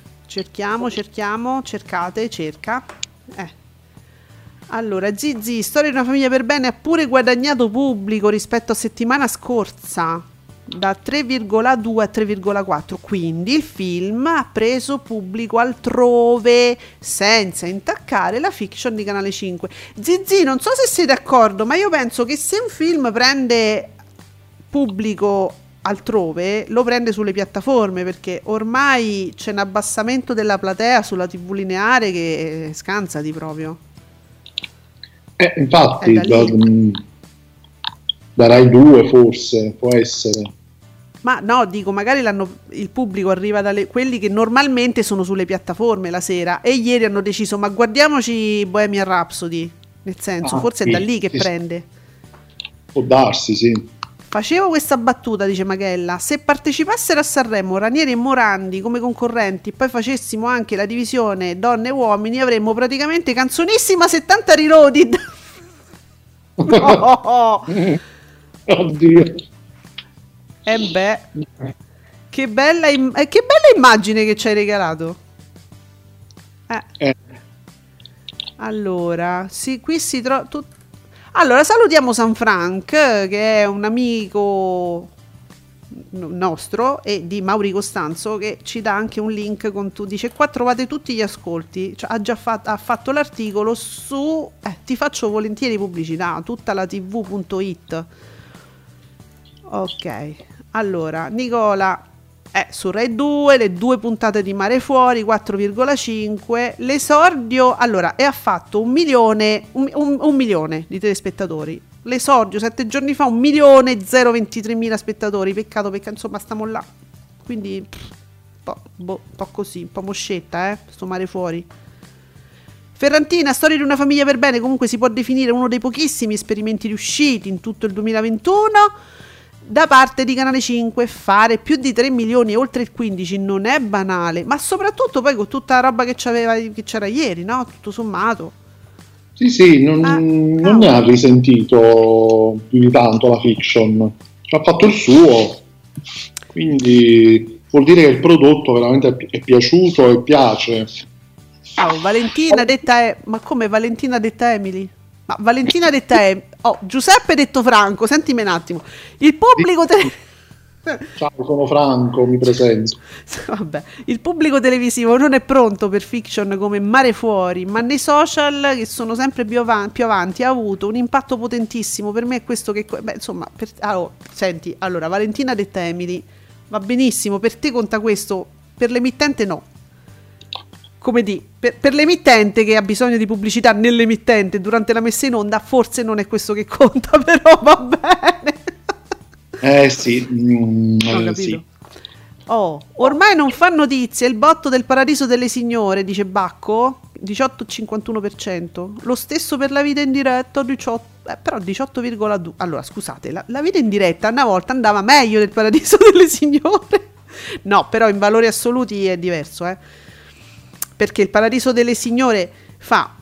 Cerca. Allora, Zizi, storia di una famiglia per bene, ha pure guadagnato pubblico rispetto a settimana scorsa, da 3,2 a 3,4, quindi il film ha preso pubblico altrove senza intaccare la fiction di Canale 5. Zizi, non so se sei d'accordo, ma io penso che se un film prende pubblico altrove lo prende sulle piattaforme, perché ormai c'è un abbassamento della platea sulla TV lineare che scansati proprio. Infatti da Rai 2 forse può essere. Ma no, dico, magari il pubblico arriva dalle quelli che normalmente sono sulle piattaforme la sera, e ieri hanno deciso: ma guardiamoci Bohemian Rhapsody, nel senso, forse è da lì che prende. Può darsi, sì. Facevo questa battuta, dice Machella, se partecipassero a Sanremo Ranieri e Morandi come concorrenti, poi facessimo anche la divisione donne e uomini, avremmo praticamente Canzonissima 70 Reloaded. No. Oddio. Beh, che bella immagine che ci hai regalato. Allora, sì, qui si trova. Allora, salutiamo Sanfranc, che è un amico nostro e di Mauri Costanzo, che ci dà anche un link con dice qua trovate tutti gli ascolti, cioè, ha fatto l'articolo su ti faccio volentieri pubblicità, tutta la tv.it. Ok, allora Nicola su Rai 2 le 2 puntate di Mare Fuori 4,5, l'esordio allora e ha fatto 1 milione di telespettatori, l'esordio 7 giorni fa 1.023.000 spettatori, peccato insomma stiamo là, quindi un po' così, un po' moscetta sto Mare Fuori. Ferrantina, storia di una famiglia per bene, comunque si può definire uno dei pochissimi esperimenti riusciti in tutto il 2021 da parte di Canale 5. Fare più di 3 milioni oltre il 15 non è banale, ma soprattutto poi con tutta la roba che c'era ieri, no? Tutto sommato. Sì, non ne ha risentito più di tanto la fiction, ha fatto il suo, quindi vuol dire che il prodotto veramente è piaciuto e piace. Valentina detta ma come Valentina detta Emily? Ma Valentina detta Giuseppe detto Franco, sentimi un attimo. Il pubblico Ciao, sono Franco, mi presento. Vabbè, il pubblico televisivo non è pronto per fiction come Mare Fuori, ma nei social, che sono sempre più avanti, ha avuto un impatto potentissimo. Per me è questo che insomma, senti, allora Valentina detta Emily va benissimo, per te conta questo, per l'emittente no. Come per l'emittente che ha bisogno di pubblicità nell'emittente durante la messa in onda, forse non è questo che conta, però va bene. Sì. Ho capito. Sì. Ormai non fa notizie il botto del Paradiso delle Signore, dice Bacco, 18,51%. Lo stesso per La Vita in diretta, 18, però 18,2. Allora, scusate, la Vita in diretta una volta andava meglio del Paradiso delle Signore. No, però in valori assoluti è diverso, perché il Paradiso delle Signore fa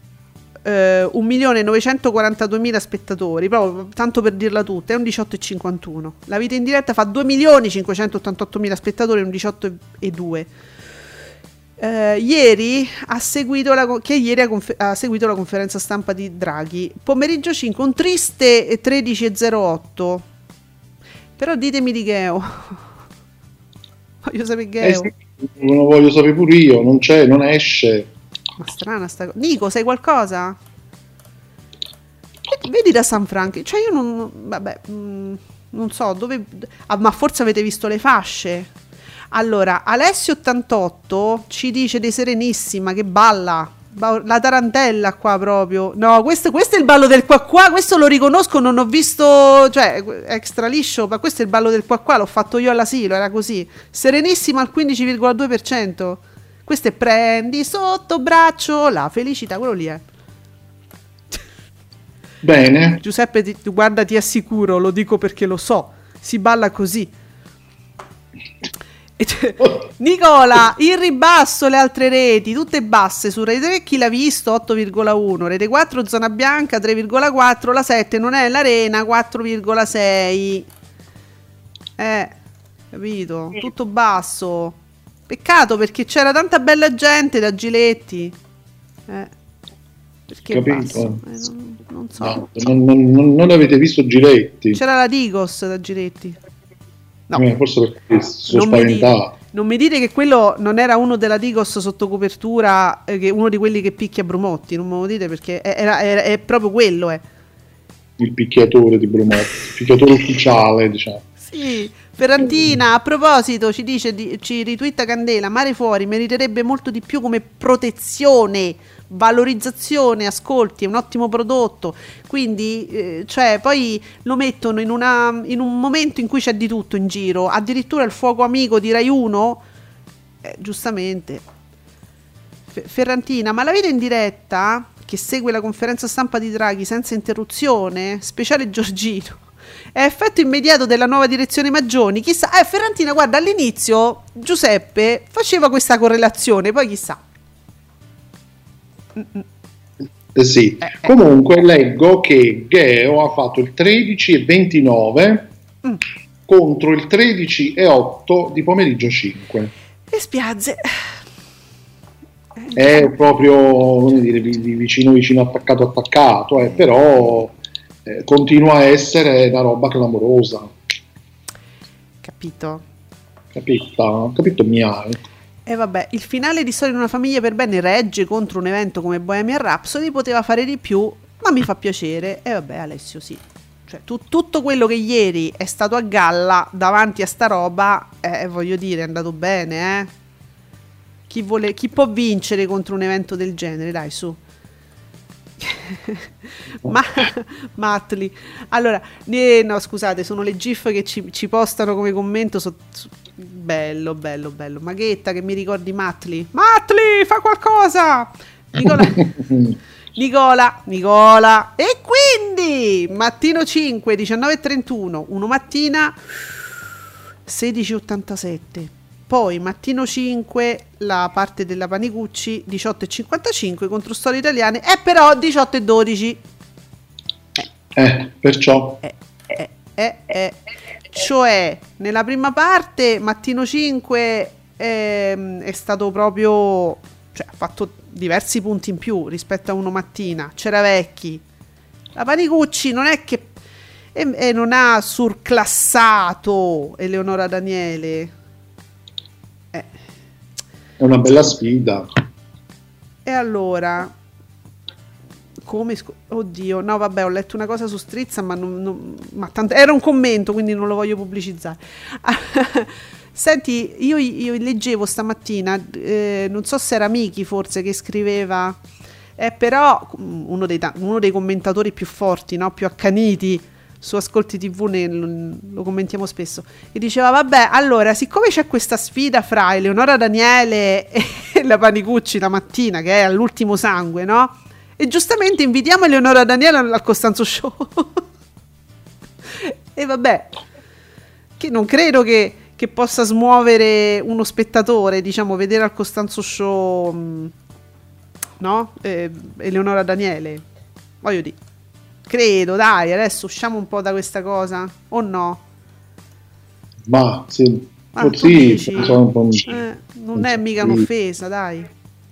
1.942.000 spettatori, proprio tanto per dirla tutta, è un 18,51. La Vita in diretta fa 2.588.000 spettatori, un 18,2. Ieri ha seguito ha seguito la conferenza stampa di Draghi, pomeriggio 5, un triste 13,08. Però ditemi di Gheo. Voglio sapere Gheo. Sì, non lo voglio sapere pure io, non c'è, non esce. Ma strana sta cosa. Nico, sai qualcosa? Vedi da San Franco, cioè io non so dove, ma forse avete visto le fasce. Allora, Alessio88 ci dice dei Serenissima che balla la tarantella qua proprio. No, questo è il ballo del qua, questo lo riconosco, non ho visto, cioè extra liscio, ma questo è il ballo del qua, l'ho fatto io all'asilo, era così. Serenissima al 15,2%. Questo è prendi sotto braccio la felicità, quello lì è. Bene. Giuseppe, guarda, ti assicuro, lo dico perché lo so, si balla così. Nicola, il ribasso, le altre reti, tutte basse. Su Rete 3 chi l'ha visto? 8,1. Rete 4 zona bianca 3,4. La 7 non è l'Arena 4,6. Capito? Tutto basso. Peccato perché c'era tanta bella gente da Giletti. Perché capito? Non so. No, non avete visto Giletti? C'era la Digos da Giletti. No. Forse perché sono spaventato. Non mi dite che quello non era uno della Digos sotto copertura, che uno di quelli che picchia Brumotti, non me lo dite perché è proprio quello. Il picchiatore di Brumotti, il picchiatore ufficiale, diciamo. Sì. Ferrantina, a proposito, ci dice, ci ritwitta Candela, Mare Fuori meriterebbe molto di più come protezione, valorizzazione, ascolti, è un ottimo prodotto, quindi cioè poi lo mettono in un momento in cui c'è di tutto in giro, addirittura il fuoco amico di Rai 1, giustamente. Ferrantina, ma la Vita in diretta che segue la conferenza stampa di Draghi senza interruzione, speciale Giorgino, È effetto immediato della nuova direzione Maggioni? Chissà. Ferrantina, guarda, all'inizio Giuseppe faceva questa correlazione, poi chissà. Sì. Comunque leggo che Gheo ha fatto il 13,29 contro il 13,8 di pomeriggio 5. E spiazze. È proprio, come dire, vicino attaccato, però continua a essere una roba clamorosa. Capito mia. E vabbè, il finale di Storia di una famiglia per bene regge contro un evento come Bohemian Rhapsody, poteva fare di più, ma mi fa piacere. E vabbè, Alessio, sì. Cioè, tutto quello che ieri è stato a galla davanti a sta roba, voglio dire, è andato bene, Chi può vincere contro un evento del genere? Dai, su. Matli. Allora, no, scusate, sono le gif che ci postano come commento. Bello. Maghetta, che mi ricordi Matli, fa qualcosa. Nicola. E quindi mattino 5, 19:31, 1 mattina 16:87. Poi mattino 5 la parte della Panicucci 18:55 contro Storie Italiane, però 18:12. Perciò cioè nella prima parte mattino 5 è stato proprio, cioè ha fatto diversi punti in più rispetto a uno mattina. C'era Vecchi, la Panicucci non è che non ha surclassato Eleonora Daniele. È una bella sfida. E allora oddio, no vabbè, ho letto una cosa su Strizza, ma tanto era un commento, quindi non lo voglio pubblicizzare. Senti, io leggevo stamattina, non so se era Miki forse che scriveva, però uno dei commentatori più forti, no? Più accaniti su Ascolti TV, lo commentiamo spesso, e diceva vabbè, allora siccome c'è questa sfida fra Eleonora Daniele e la Panicucci la mattina, che è all'ultimo sangue, no? E giustamente invitiamo Eleonora Daniele al Costanzo Show. E vabbè, che non credo che possa smuovere uno spettatore, diciamo, vedere al Costanzo Show, no? Eleonora Daniele, voglio dire, credo, dai, adesso usciamo un po' da questa cosa, o no? Ma sì, sì, non è mica un'offesa, dai.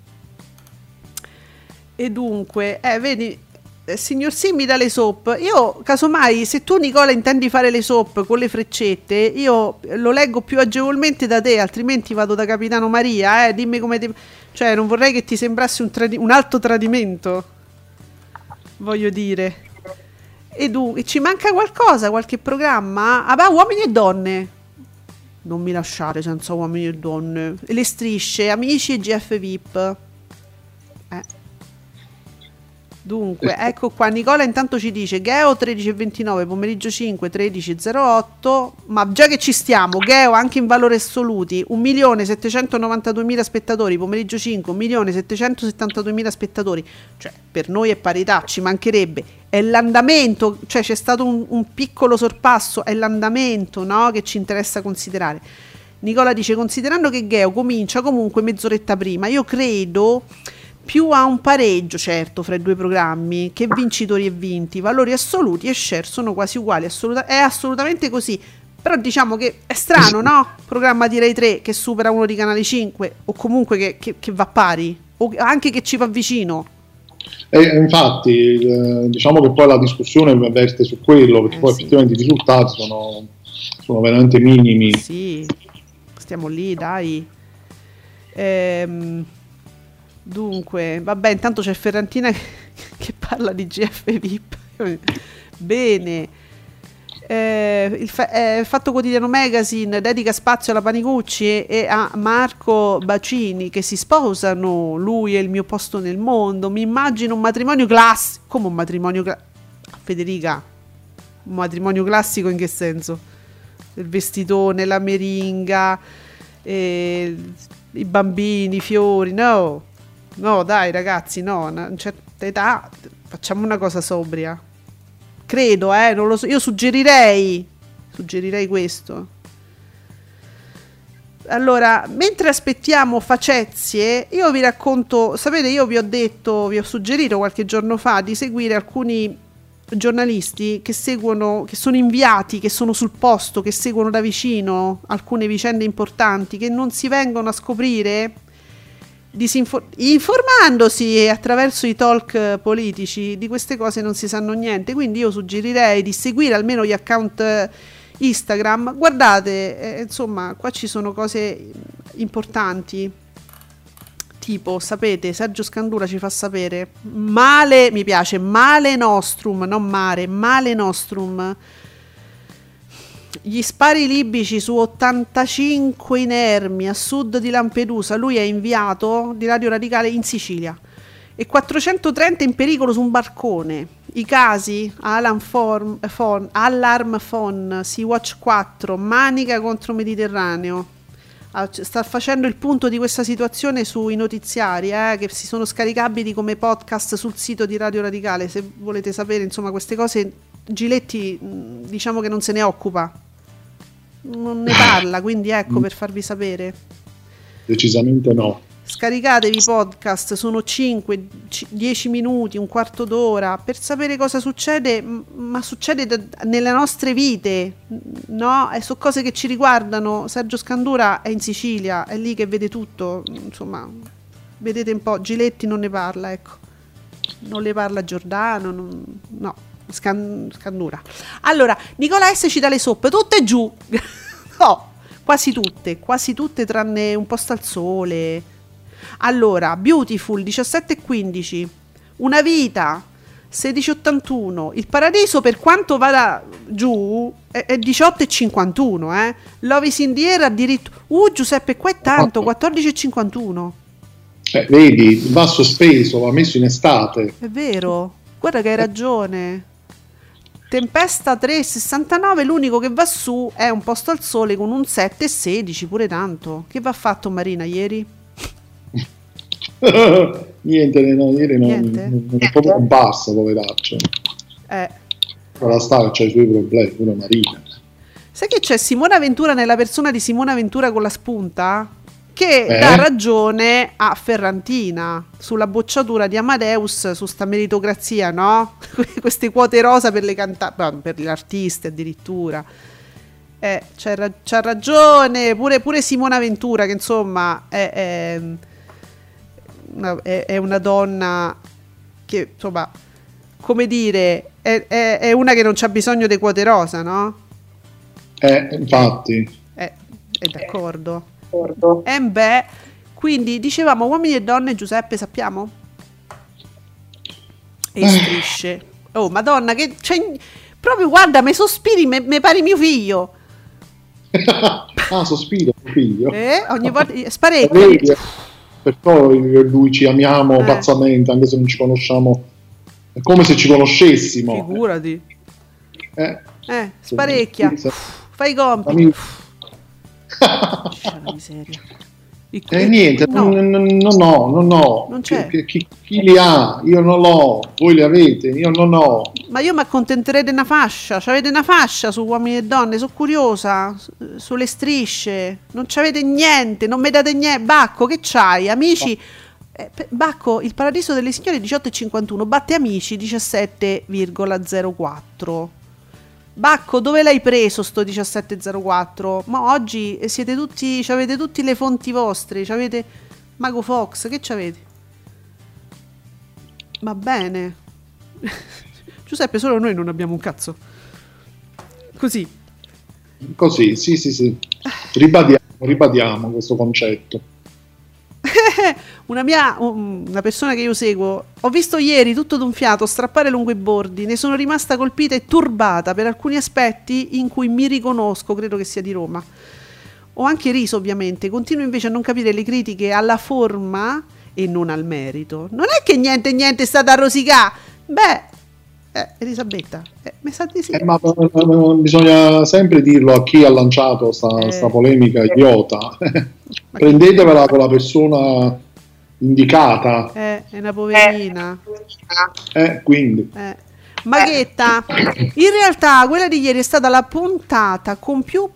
E dunque, vedi, signor Simmi dalle soap, io casomai, se tu Nicola intendi fare le soap con le freccette, io lo leggo più agevolmente da te, altrimenti vado da Capitano Maria, dimmi come cioè non vorrei che ti sembrasse un alto tradimento, voglio dire. E ci manca qualcosa, qualche programma? Uomini e donne, non mi lasciare senza uomini e donne, e le strisce, amici e GF VIP. Dunque, ecco qua, Nicola intanto ci dice Gheo 13,29, pomeriggio 5 13,08, ma già che ci stiamo, Gheo anche in valori assoluti 1.792.000 spettatori, pomeriggio 5 1.772.000 spettatori, cioè per noi è parità, ci mancherebbe, è l'andamento, cioè c'è stato un piccolo sorpasso, è l'andamento, no, che ci interessa considerare. Nicola dice, considerando che Gheo comincia comunque mezz'oretta prima, io credo più a un pareggio, certo, fra i due programmi, che vincitori e vinti, valori assoluti e share sono quasi uguali, è assolutamente così, però diciamo che è strano, no? Programma di Rai 3 che supera uno di Canale 5, o comunque che va pari, o anche che ci va vicino. Infatti, diciamo che poi la discussione verte su quello, perché poi effettivamente i risultati sono veramente minimi. Sì, stiamo lì, dai. Dunque, vabbè, intanto c'è Ferrantina che parla di GF VIP. Bene. Il Fatto Quotidiano Magazine dedica spazio alla Panicucci e a Marco Bacini che si sposano, lui è il mio posto nel mondo, mi immagino un matrimonio classico. Come un matrimonio Federica, un matrimonio classico in che senso? Il vestitone, la meringa, i bambini, i fiori, no dai ragazzi, no, a una certa età facciamo una cosa sobria. credo, non lo so, io suggerirei questo. Allora, mentre aspettiamo facezie, io vi racconto, sapete, io vi ho suggerito qualche giorno fa di seguire alcuni giornalisti che seguono, che sono inviati, che sono sul posto, che seguono da vicino alcune vicende importanti, che non si vengono a scoprire informandosi attraverso i talk politici. Di queste cose non si sanno niente, quindi io suggerirei di seguire almeno gli account Instagram. Guardate, insomma, qua ci sono cose importanti, tipo, sapete, Sergio Scandura ci fa sapere Male, mi piace, Mare Nostrum, non mare, Mare Nostrum, gli spari libici su 85 inermi a sud di Lampedusa, lui è inviato di Radio Radicale in Sicilia, e 430 in pericolo su un barcone. I casi Alarm Phone, Sea-Watch 4, Manica contro Mediterraneo. Sta facendo il punto di questa situazione sui notiziari, che si sono scaricabili come podcast sul sito di Radio Radicale. Se volete sapere, insomma, queste cose, Giletti diciamo che non se ne occupa, non ne parla, quindi ecco, per farvi sapere. Decisamente no. Scaricatevi i podcast, sono 5, 10 minuti, un quarto d'ora, per sapere cosa succede, ma succede nelle nostre vite, no? E su cose che ci riguardano. Sergio Scandura è in Sicilia, è lì che vede tutto, insomma, vedete un po', Giletti non ne parla, ecco, non le parla Giordano, no, Scandura. Allora, Nicola S ci dà le soppe, tutte giù, no, quasi tutte tranne Un posto al sole. Allora, Beautiful 17:15, Una vita 16:81, Il paradiso, per quanto vada giù, è 18:51, Love is in the air addirittura, Giuseppe, qua è tanto, 14:51. Vedi, va sospeso, va messo in estate. È vero, guarda che hai ragione. Tempesta 3,69, l'unico che va su è Un posto al sole con un 7,16, pure tanto. Che va fatto Marina ieri? Niente, ieri non è proprio comparsa, poveraccio. La Star c'ha i suoi problemi, pure Marina. Sai che c'è Simona Ventura nella persona di Simona Ventura con la spunta? Che dà ragione a Ferrantina sulla bocciatura di Amadeus, su sta meritocrazia, no? Queste quote rosa per le per gli artisti addirittura. C'ha ragione pure Simona Ventura, che insomma è una donna che, insomma, come dire, è una che non c'ha bisogno di quote rosa, no? Infatti. È d'accordo. Quindi dicevamo uomini e donne, Giuseppe, sappiamo? E strisce. Oh madonna, che proprio, guarda, me sospiri, me pari mio figlio. Sospiro tuo figlio. Ogni volta sparecchio. Perciò lui ci amiamo pazzamente, anche se non ci conosciamo, è come se ci conoscessimo. Figurati. Sparecchia. Fai i compiti. La miseria. Niente, no. Non c'è. Chi li ha? Io non l'ho, voi li avete, io non ho. Ma io mi accontenterei di una fascia. C'avete una fascia su uomini e donne? Sono curiosa. Sulle strisce non c'avete niente, non mi date niente. Bacco, che c'hai? Amici, Bacco, Il paradiso delle signore 18,51 batte Amici 17,04. Bacco, dove l'hai preso sto 17,04? Ma oggi siete tutti, c'avete tutte le fonti vostre, c'avete Mago Fox, che c'avete? Va bene. Giuseppe, solo noi non abbiamo un cazzo. Così, sì. Ribadiamo questo concetto. Una persona che io seguo, ho visto ieri tutto d'un fiato strappare lungo i bordi, ne sono rimasta colpita e turbata per alcuni aspetti in cui mi riconosco, credo che sia di Roma. Ho anche riso, ovviamente, continuo invece a non capire le critiche alla forma e non al merito. Non è che niente è stata a rosicà. Elisabetta, mi sa di sì. Ma bisogna sempre dirlo a chi ha lanciato sta polemica idiota. Prendetevela con la persona indicata. È una poverina. Quindi. Maghetta, in realtà quella di ieri è stata la puntata con più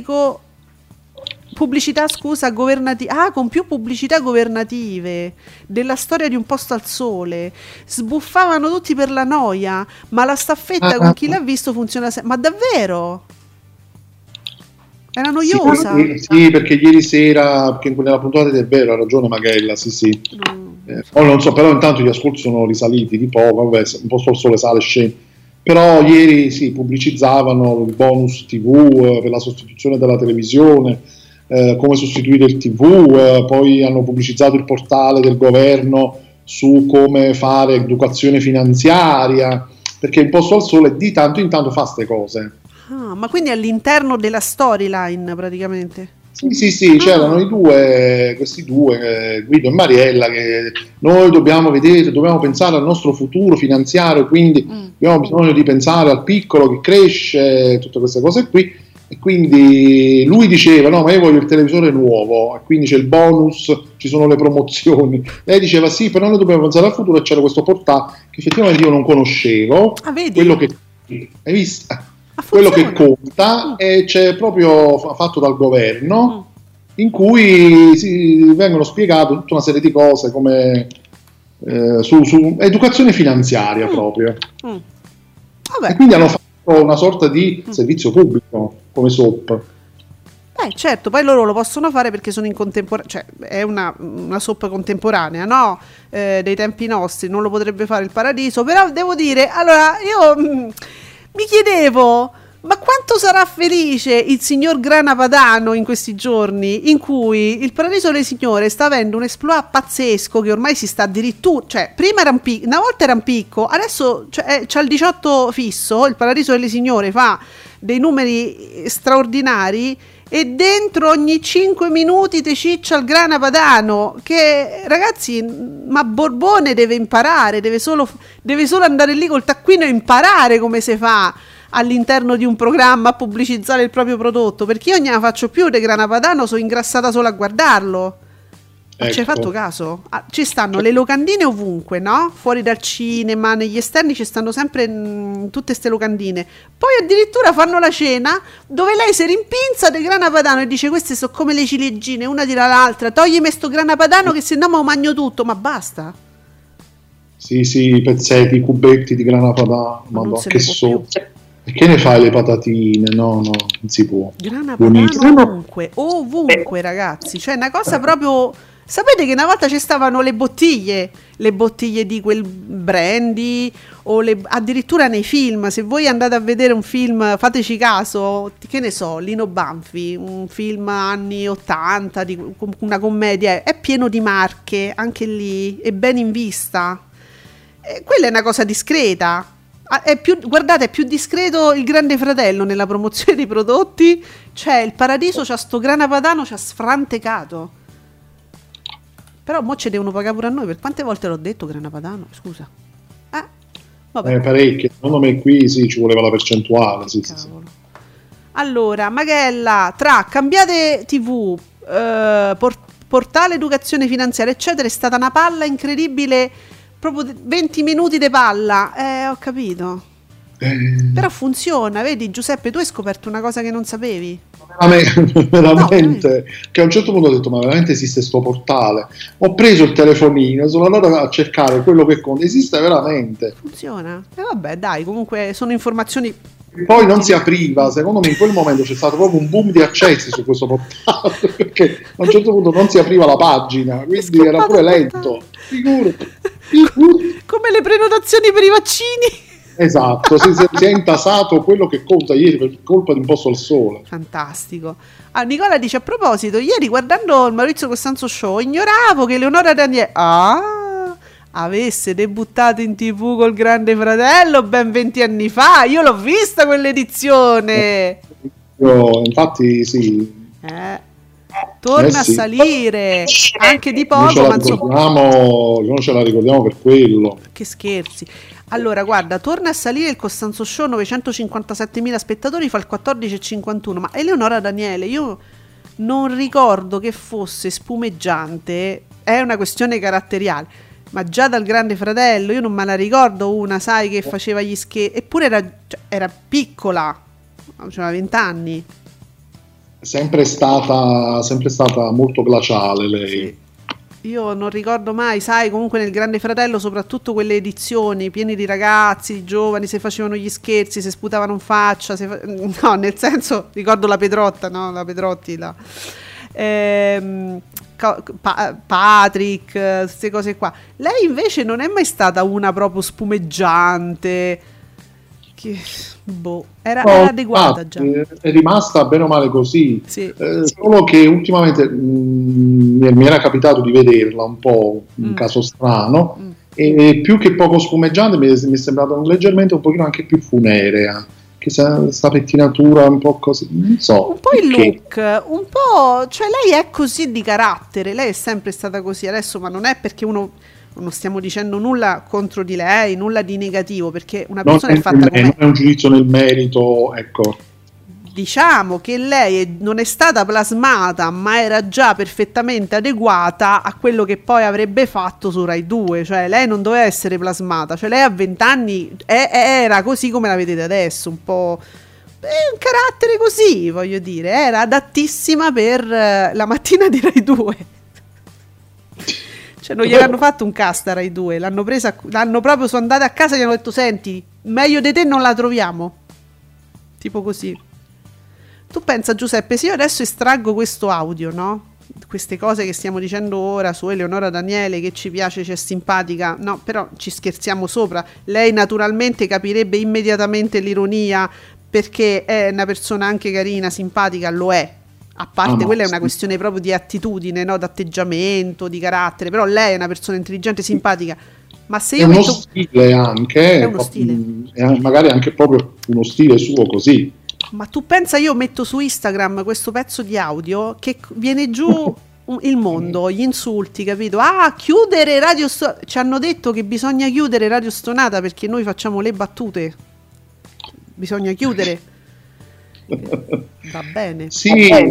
pubblicità, scusa, con più pubblicità governative della storia di Un posto al sole. Sbuffavano tutti per la noia, ma la staffetta con chi l'ha visto funziona sempre. Ma davvero? Era noiosa. Sì, perché ieri sera, perché nella puntata è vero, ha ragione Maghella, sì. Non so, però intanto gli ascolti sono risaliti di poco, vabbè, Un posto al sole sale scende. Però ieri sì, pubblicizzavano il bonus TV per la sostituzione della televisione, come sostituire il TV, poi hanno pubblicizzato il portale del governo su come fare educazione finanziaria, perché Un posto al sole di tanto in tanto fa ste cose. Ah, ma quindi all'interno della storyline praticamente? Sì, c'erano questi due, Guido e Mariella, che noi dobbiamo pensare al nostro futuro finanziario, quindi abbiamo bisogno di pensare al piccolo che cresce, tutte queste cose qui, e quindi lui diceva no, ma io voglio il televisore nuovo, e quindi c'è il bonus, ci sono le promozioni. Lei diceva sì, però noi dobbiamo pensare al futuro, e c'era questo portale che effettivamente io non conoscevo, quello che hai visto? Quello che conta c'è proprio fatto dal governo, in cui vengono spiegate tutta una serie di cose come su educazione finanziaria proprio. E quindi hanno fatto una sorta di servizio pubblico come soap. Certo, poi loro lo possono fare perché sono in contemporanea, cioè è una soap contemporanea, no? Dei tempi nostri, non lo potrebbe fare il Paradiso, però devo dire, allora io mi chiedevo, ma quanto sarà felice il signor Grana Padano in questi giorni in cui il Paradiso delle Signore sta avendo un exploit pazzesco, che ormai si sta addirittura, cioè prima era una volta era un picco, adesso c'ha il 18 fisso, il Paradiso delle Signore fa dei numeri straordinari e dentro ogni 5 minuti te ciccia il Grana Padano, che ragazzi, ma Borbone deve imparare, deve solo andare lì col taccuino e imparare come si fa all'interno di un programma a pubblicizzare il proprio prodotto, perché io non ne faccio più di Grana Padano, sono ingrassata solo a guardarlo. Ci hai fatto caso? Ci stanno le locandine ovunque, no? Fuori dal cinema, negli esterni ci stanno sempre tutte ste locandine. Poi addirittura fanno la cena dove lei si rimpinza di Grana Padano e dice queste sono come le ciliegine, una tira l'altra, toglimi sto Grana Padano che se no mi mangio tutto, ma basta. Sì, i pezzetti, i cubetti di Grana Padano, madonna, che so. E che ne fai le patatine? No, non si può. Grana Padano ovunque ragazzi, cioè una cosa proprio. Sapete che una volta ci stavano le bottiglie di quel brandy, o addirittura nei film, se voi andate a vedere un film, fateci caso, che ne so, Lino Banfi, un film anni 80, una commedia, è pieno di marche, anche lì, è ben in vista. Quella è una cosa discreta. Guardate, è più discreto il Grande Fratello nella promozione dei prodotti, cioè il Paradiso c'ha sto Grana Padano, c'ha sfrantecato. Però mo ce devono pagare pure a noi, per quante volte l'ho detto Grana Padano, scusa. Vabbè. Parecchie, secondo me qui sì, ci voleva la percentuale, sì. Allora, Maghella, tra cambiate TV, portale educazione finanziaria, eccetera, è stata una palla incredibile, proprio 20 minuti di palla, ho capito. Però funziona, vedi Giuseppe, tu hai scoperto una cosa che non sapevi. Veramente, che a un certo punto ho detto ma veramente esiste sto portale, ho preso il telefonino, sono andato a cercare quello che conta, esiste veramente, funziona, e vabbè dai, comunque sono informazioni. Poi non si apriva, secondo me in quel momento c'è stato proprio un boom di accessi su questo portale, perché a un certo punto non si apriva la pagina, quindi era pure lento, figurati. Come le prenotazioni per i vaccini. Esatto, si è intasato quello che conta ieri per colpa di Un posto al sole. Fantastico. Nicola dice, a proposito, ieri guardando il Maurizio Costanzo Show ignoravo che Eleonora Daniele avesse debuttato in TV col Grande Fratello ben 20 anni fa. Io l'ho vista quell'edizione. Infatti sì. Torna a salire anche di poco, non ce la ricordiamo per quello. Che scherzi. Allora, guarda, torna a salire il Costanzo Show, 957.000 spettatori, fa il 14,51. Ma Eleonora Daniele, io non ricordo che fosse spumeggiante, è una questione caratteriale. ma già dal Grande Fratello, io non me la ricordo una, sai, che faceva gli scherzi, eppure era piccola, aveva 20 anni. Sempre stata molto glaciale lei. Sì. Io non ricordo mai, sai, comunque nel Grande Fratello, soprattutto quelle edizioni piene di ragazzi, di giovani, se facevano gli scherzi, se sputavano in faccia, no, nel senso, ricordo la Pedrotta, no? La Pedrotti, Patrick, queste cose qua. Lei invece non è mai stata una proprio spumeggiante, che era adeguata già. È rimasta bene o male così, sì. Solo che ultimamente mi era capitato di vederla un po', un caso strano, e più che poco spumeggiante mi è sembrato leggermente un pochino anche più funerea, che sta pettinatura un po' così, non so. Un po' il look, un po', cioè lei è così di carattere, lei è sempre stata così adesso, ma non è perché non stiamo dicendo nulla contro di lei, nulla di negativo, perché una persona è fatta come... Non è un giudizio nel merito, ecco. Diciamo che lei non è stata plasmata, ma era già perfettamente adeguata a quello che poi avrebbe fatto su Rai 2, cioè lei non doveva essere plasmata, cioè lei a 20 anni era così come la vedete adesso, un po'... un carattere così, voglio dire, era adattissima per la mattina di Rai 2. Cioè non gli hanno fatto un cast a Rai 2, l'hanno proprio, sono andate a casa e gli hanno detto: senti, meglio di te non la troviamo, tipo così. Tu pensa, Giuseppe, se io adesso estraggo questo audio, no? Queste cose che stiamo dicendo ora su Eleonora Daniele, che ci piace, ci è simpatica, no, però ci scherziamo sopra. Lei naturalmente capirebbe immediatamente l'ironia, perché è una persona anche carina, simpatica, lo è. A parte quella è una questione proprio di attitudine, no? D'atteggiamento, di carattere, però lei è una persona intelligente, simpatica. Ma se io uno stile anche, è uno stile. Magari anche proprio uno stile suo così. Ma tu pensa, io metto su Instagram questo pezzo di audio che viene giù il mondo, gli insulti, capito? Chiudere Radio Stonata. Ci hanno detto che bisogna chiudere Radio Stonata perché noi facciamo le battute. Bisogna chiudere. Va bene. Sì.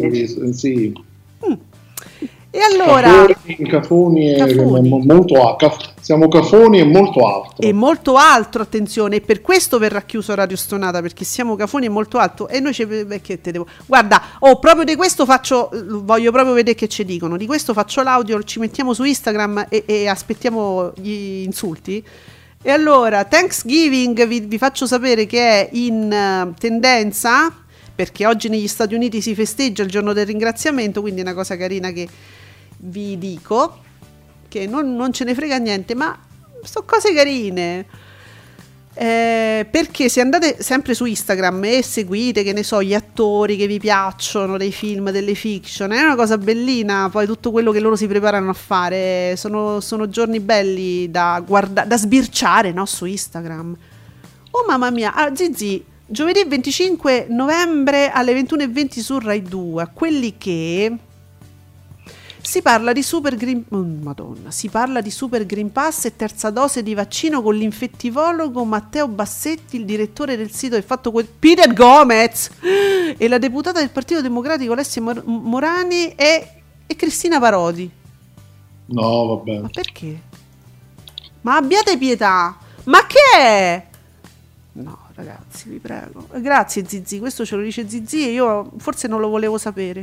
E allora Cafoni. Molto siamo cafoni e molto altro. E molto altro, attenzione, e per questo verrà chiuso Radio Stonata, perché siamo cafoni e molto altro. E noi guarda, proprio di questo voglio proprio vedere che ci dicono. Di questo faccio l'audio, ci mettiamo su Instagram e aspettiamo gli insulti. E allora, Thanksgiving vi faccio sapere che è in tendenza, perché oggi negli Stati Uniti si festeggia il giorno del ringraziamento, quindi è una cosa carina che vi dico, che non ce ne frega niente, ma sono cose carine, perché se andate sempre su Instagram e seguite, che ne so, gli attori che vi piacciono dei film, delle fiction, è una cosa bellina, poi tutto quello che loro si preparano a fare, sono giorni belli da guardare, da sbirciare, no, su Instagram. Oh mamma mia, Zizi, giovedì 25 novembre alle 21:20 su Rai 2, a quelli che si parla di Super Green Pass e terza dose di vaccino con l'infettivologo Matteo Bassetti, il direttore del sito del Fatto Peter Gomez, e la deputata del Partito Democratico Alessia Morani e Cristina Parodi. No, vabbè. Ma perché? Ma abbiate pietà. Ma che è? No, ragazzi, vi prego. Grazie Zizi, questo ce lo dice Zizi e io forse non lo volevo sapere.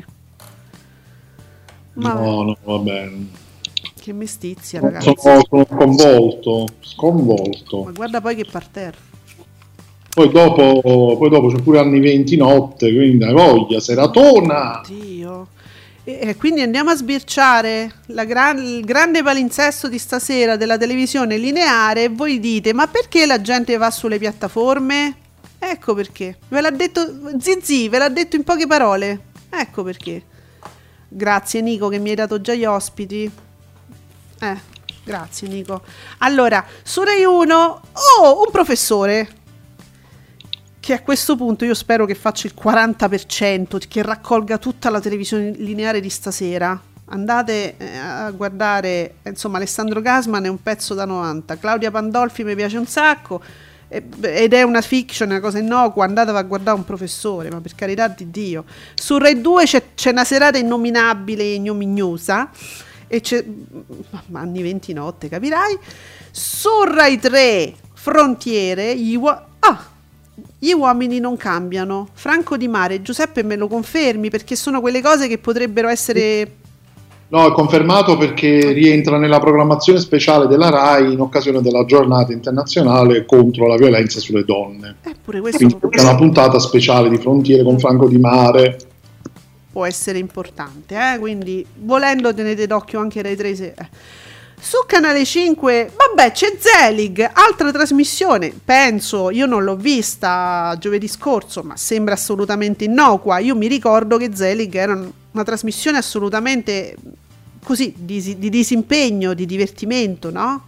Ma no, va bene. Che mestizia, ragazzi. Sono sconvolto. Ma guarda poi che parterre. Poi dopo c'è pure anni 20 notte, quindi hai voglia, seratona. Oddio. E quindi andiamo a sbirciare il grande palinsesto di stasera della televisione lineare e voi dite: ma perché la gente va sulle piattaforme? Ecco perché. Ve l'ha detto Zizi, ve l'ha detto in poche parole. Ecco perché. Grazie Nico che mi hai dato già gli ospiti. Grazie Nico. Allora, su Rai 1, un professore che a questo punto io spero che faccia il 40%, che raccolga tutta la televisione lineare di stasera. Andate a guardare, insomma, Alessandro Gasman è un pezzo da 90, Claudia Pandolfi mi piace un sacco, ed è una fiction, una cosa innocua. Andate a guardare un professore, ma per carità di Dio. Su Rai 2 c'è una serata innominabile e ignominiosa, e c'è anni 20 notte, capirai. Su Rai 3 Frontiere, gli uomini non cambiano. Franco Di Mare, Giuseppe, me lo confermi? Perché sono quelle cose che potrebbero essere... No, è confermato perché rientra nella programmazione speciale della RAI in occasione della giornata internazionale contro la violenza sulle donne. Pure questo Quindi è una puntata speciale di Frontiere con Franco Di Mare. Può essere importante, quindi volendo tenete d'occhio anche Rai 3. Su Canale 5, vabbè, c'è Zelig, altra trasmissione, penso, io non l'ho vista giovedì scorso, ma sembra assolutamente innocua. Io mi ricordo che Zelig era una trasmissione assolutamente così, di disimpegno, di divertimento, no?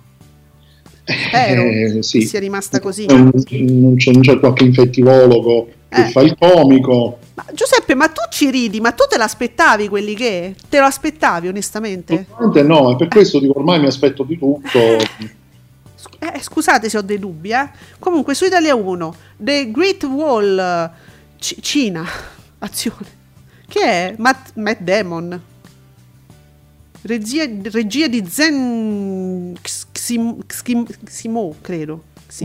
Spero sì. sia rimasta così. Non c'è qualche infettivologo che fa il comico. Ma Giuseppe, ma tu ci ridi, ma tu te l'aspettavi quelli che? Te lo aspettavi onestamente? Assolutamente no, e per questo dico ormai mi aspetto di tutto. Scusate se ho dei dubbi, Comunque su Italia 1, The Great Wall, Cina, azione. Che è? Matt Damon. Regia di Zen Ximo, credo.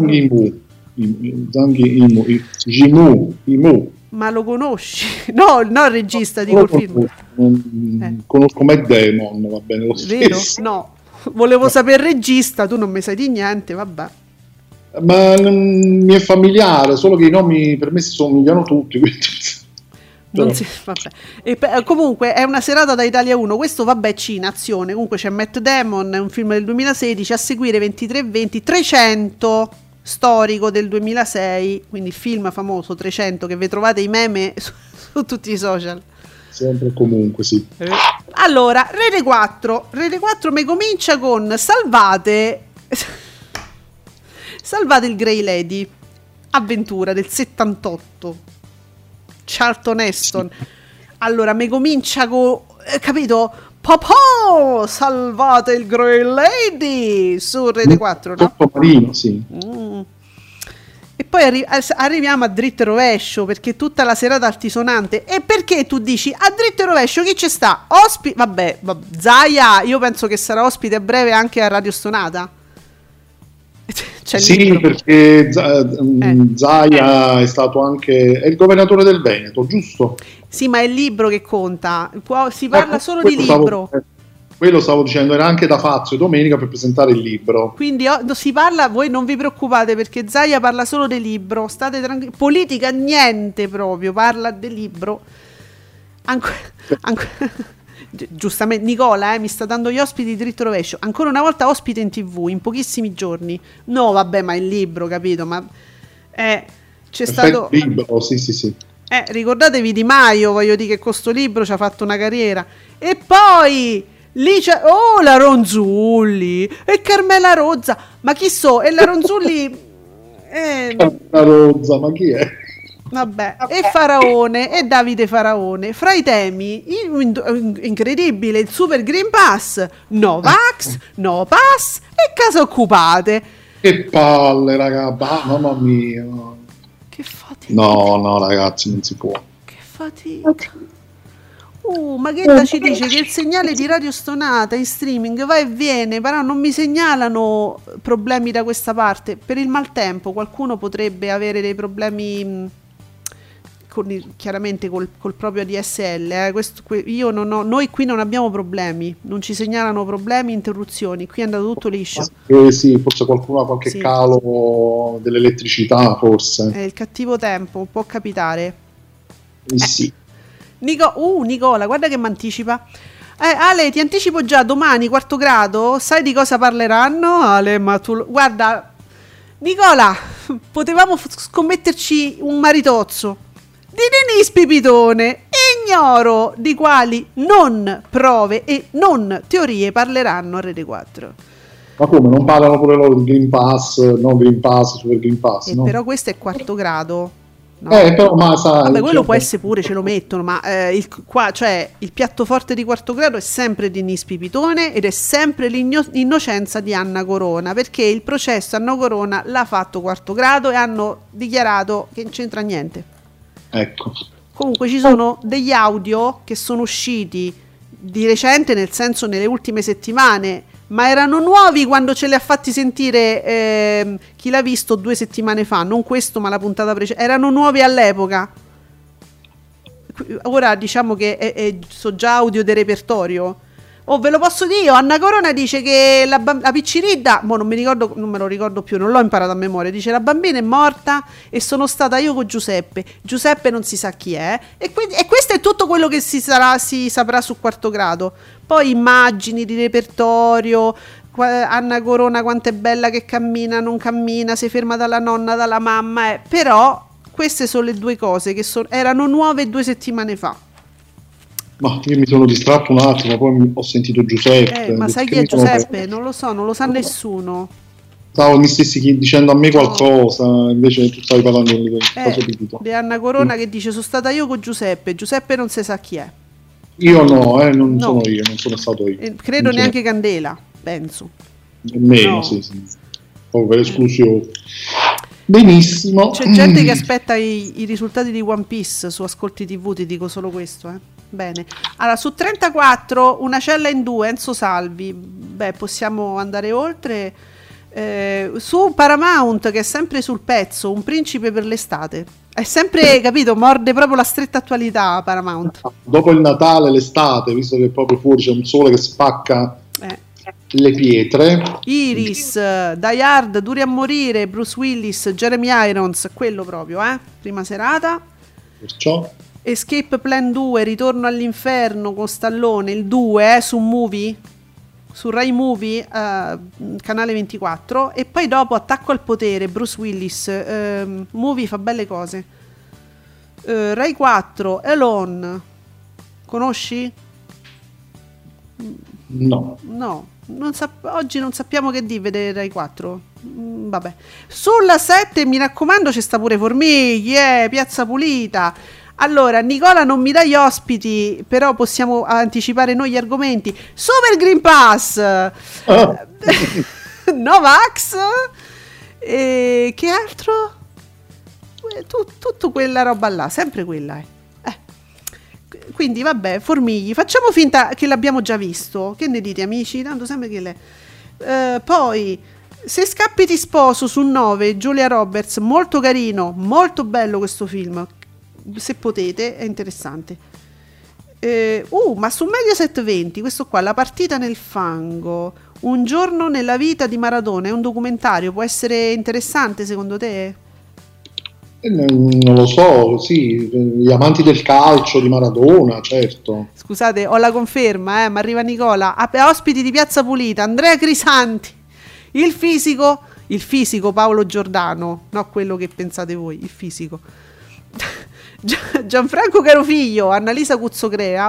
Jimu. Ma lo conosci? No, il regista, dico il film. Conosco Matt Damon, va bene lo vero? stesso. No, volevo sapere il regista, tu non mi sai di niente, vabbè. Ma mi è familiare, solo che i nomi per me si somigliano tutti, quindi... vabbè. Comunque è una serata da Italia 1. Questo vabbè, Cina, azione. Comunque c'è Matt Damon, è un film del 2016. A seguire 23:20, 300, storico del 2006, quindi film famoso 300 che vi trovate i meme su tutti i social. Sempre e comunque, sì. Allora, Rete 4 mi comincia con Salvate il Grey Lady, avventura del 78, Charlton Heston. Allora mi comincia con, capito, Popò, salvate il Grey Lady su Rete 4, no? Marino, sì. E poi arriviamo a dritto e rovescio, perché tutta la serata altisonante. E perché tu dici a dritto e rovescio chi ci sta? Vabbè, Zaia, io penso che sarà ospite a breve anche a Radio Stonata. C'è sì, perché Zaia è stato anche il governatore del Veneto, giusto? Sì, ma è il libro che conta, si parla solo di libro. Quello stavo dicendo, era anche da Fazio domenica per presentare il libro. Quindi si parla, voi non vi preoccupate perché Zaia parla solo del libro, state tranquilli. Politica niente proprio, parla del libro. Giustamente Nicola mi sta dando gli ospiti di dritto rovescio, ancora una volta ospite in TV in pochissimi giorni. No vabbè, ma il libro, capito, ma c'è stato libro, sì. Ricordatevi Di Maio, voglio dire che con sto libro ci ha fatto una carriera. E poi lì c'è la Ronzulli e Carmela Rozza, ma chi so? E la Ronzulli la Rozza, ma chi è? Vabbè, e Faraone e Davide Faraone. Fra i temi, incredibile, il Super Green Pass, no Vax, no Pass e case occupate. Che palle, raga, mamma mia. Che fatica. No, ragazzi, non si può. Che fatica. Maghetta ci dice che il segnale di Radio Stonata in streaming va e viene, però non mi segnalano problemi da questa parte. Per il maltempo qualcuno potrebbe avere dei problemi chiaramente col proprio ADSL. Noi qui non abbiamo problemi, non ci segnalano problemi, interruzioni, qui è andato tutto liscio. Sì, forse qualcuno ha qualche calo dell'elettricità, forse. È il cattivo tempo, può capitare. Sì. Nicola, guarda che mi anticipa. Ale, ti anticipo già domani, quarto grado, sai di cosa parleranno? Ale, ma tu... Guarda, Nicola, potevamo scommetterci un maritozzo. Di Denis Pipitone, ignoro di quali non prove e non teorie parleranno a Rete 4. Ma come, non parlano pure loro di Green Pass, no Green Pass, Super Green Pass, no? Però questo è quarto grado. No? Però ma sai, vabbè, quello può essere pure, ce lo mettono, ma il piatto forte di quarto grado è sempre Denis Pipitone ed è sempre l'innocenza di Anna Corona, perché il processo Anna Corona l'ha fatto quarto grado e hanno dichiarato che non c'entra niente. Ecco. Comunque ci sono degli audio che sono usciti di recente, nel senso nelle ultime settimane, ma erano nuovi quando ce li ha fatti sentire chi l'ha visto 2 settimane fa, non questo ma la puntata precedente, erano nuovi all'epoca. Ora diciamo che so già audio del repertorio. Ve lo posso dire io. Anna Corona dice che la Picciridda, non me lo ricordo più, non l'ho imparato a memoria, dice la bambina è morta e sono stata io con Giuseppe non si sa chi è, e questo è tutto quello che si saprà su Quarto Grado. Poi immagini di repertorio, Anna Corona quanto è bella che cammina, non cammina, si ferma dalla nonna, dalla mamma, però queste sono le 2 cose che erano nuove 2 settimane fa. Ma io mi sono distratto un attimo, poi ho sentito Giuseppe. Ma sai chi è Giuseppe? Non lo so, non lo sa nessuno. Mi stessi dicendo a me qualcosa, invece tu stavi parlando di Anna Corona che dice: sono stata io con Giuseppe non si sa chi è. Io non sono io, non sono stato io. Credo neanche Candela, penso. Nemmeno, sì. Proprio per esclusione. Benissimo. C'è gente che aspetta i risultati di One Piece su Ascolti TV, ti dico solo questo, Bene. Allora, su 34, Una cella in 2, Enzo Salvi. Possiamo andare oltre. Su Paramount, che è sempre sul pezzo, Un principe per l'estate. È sempre, capito, morde proprio la stretta attualità Paramount. Dopo il Natale, l'estate, visto che proprio fuori c'è un sole che spacca le pietre. Iris, Die Hard, Duri a morire, Bruce Willis, Jeremy Irons, quello proprio, prima serata. Perciò Escape Plan 2, Ritorno all'inferno con Stallone, il 2 su Movie, su Rai Movie, canale 24, e poi dopo Attacco al potere, Bruce Willis, Movie fa belle cose. Rai 4, Alone, conosci? No. Oggi non sappiamo che vedere Rai 4. Vabbè. Sulla 7, mi raccomando, c'è sta pure Formigli, Piazza Pulita. Allora, Nicola non mi dà gli ospiti, però possiamo anticipare noi gli argomenti. Super Green Pass, Novax, e che altro? Tutto quella roba là, sempre quella. Quindi vabbè, Formigli, facciamo finta che l'abbiamo già visto. Che ne dite, amici? Tanto sempre che le... Poi Se scappi ti sposo su 9, Julia Roberts, molto carino, molto bello questo film, se potete, è interessante. Ma su Mediaset 20, questo qua, La partita nel fango, Un giorno nella vita di Maradona, è un documentario, può essere interessante secondo te? Non lo so, sì, gli amanti del calcio di Maradona, certo. Scusate, ho la conferma, ma arriva Nicola. Ospiti di Piazza Pulita, Andrea Crisanti, il fisico Paolo Giordano, no quello che pensate voi, il fisico. Gianfranco Carofiglio, Annalisa Cuzzocrea,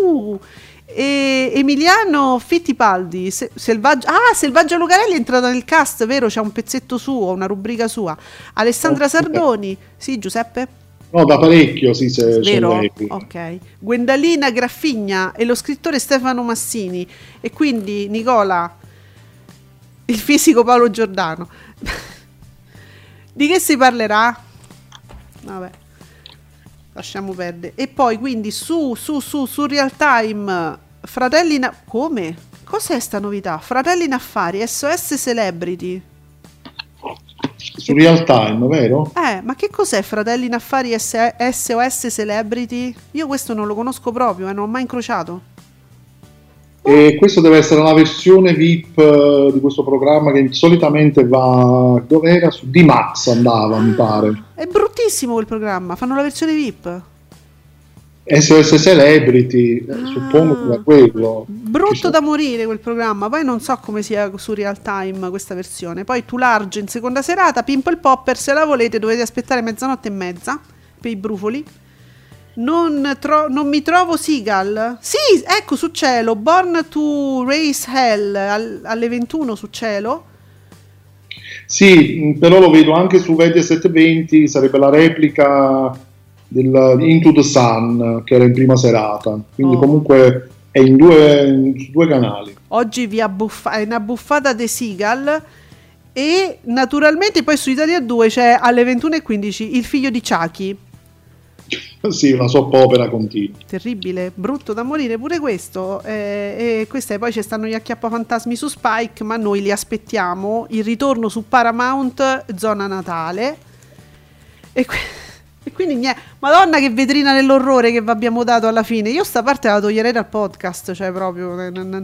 e Emiliano Fittipaldi, Selvaggio Lucarelli è entrato nel cast, vero? C'è un pezzetto suo, una rubrica sua. Alessandra Sardoni, sì, Giuseppe? No, da parecchio, sì, vero? Ok. Gwendalina Graffigna e lo scrittore Stefano Massini, e quindi Nicola, il fisico Paolo Giordano. Di che si parlerà? Vabbè, lasciamo perdere. E poi quindi su Real Time, Fratelli come? Cos'è sta novità? Fratelli in affari, SOS Celebrity. Su Real Time, vero? Ma che cos'è Fratelli in affari SOS Celebrity? Io questo non lo conosco proprio, non ho mai incrociato. E questo deve essere una versione VIP di questo programma che solitamente va, dove era? Su D-Max andava, mi pare. È bruttissimo quel programma, fanno la versione VIP. SOS Celebrity, suppongo che era quello. Brutto da morire quel programma, poi non so come sia su Real Time questa versione. Poi Too Large in seconda serata, Pimple Popper, se la volete dovete aspettare 00:30 per i brufoli. Non mi trovo Seagal. Sì, ecco, su Cielo, Born to Raise Hell alle 21 su Cielo. Sì, però lo vedo anche su Mediaset 20, sarebbe la replica del Into the Sun che era in prima serata, quindi comunque è su due canali. Oggi è una buffata di Seagal, e naturalmente poi su Italia 2 c'è alle 21:15 Il figlio di Chucky. Sì, una soppopera continua. Terribile, brutto da morire pure questo. E questa, e poi ci stanno gli acchiappafantasmi su Spike, ma noi li aspettiamo. Il ritorno su Paramount, zona Natale. E quindi niente. Madonna, che vetrina dell'orrore che vi abbiamo dato alla fine. Io sta parte la toglierei dal podcast, cioè proprio.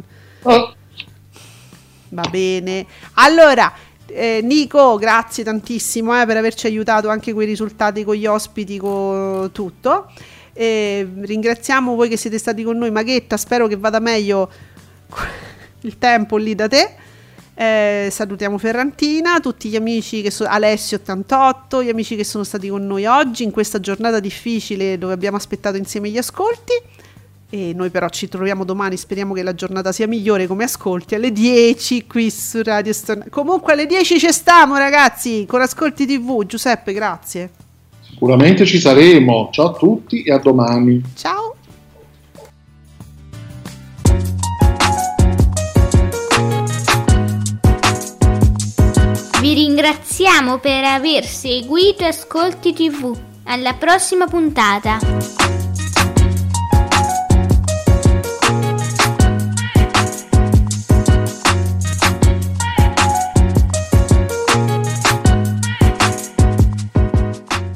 Va bene. Allora, Nico, grazie tantissimo per averci aiutato anche con i risultati, con gli ospiti, con tutto. Ringraziamo voi che siete stati con noi. Maghetta, spero che vada meglio il tempo lì da te. Salutiamo Ferrantina, tutti gli amici che sono Alessio88, gli amici che sono stati con noi oggi in questa giornata difficile dove abbiamo aspettato insieme gli ascolti. E noi però ci troviamo domani, speriamo che la giornata sia migliore come ascolti, alle 10 qui su Radio Stonata. Comunque alle 10 ci stiamo, ragazzi, con Ascolti TV. Giuseppe, grazie. Sicuramente ci saremo. Ciao a tutti e a domani. Ciao. Vi ringraziamo per aver seguito Ascolti TV. Alla prossima puntata.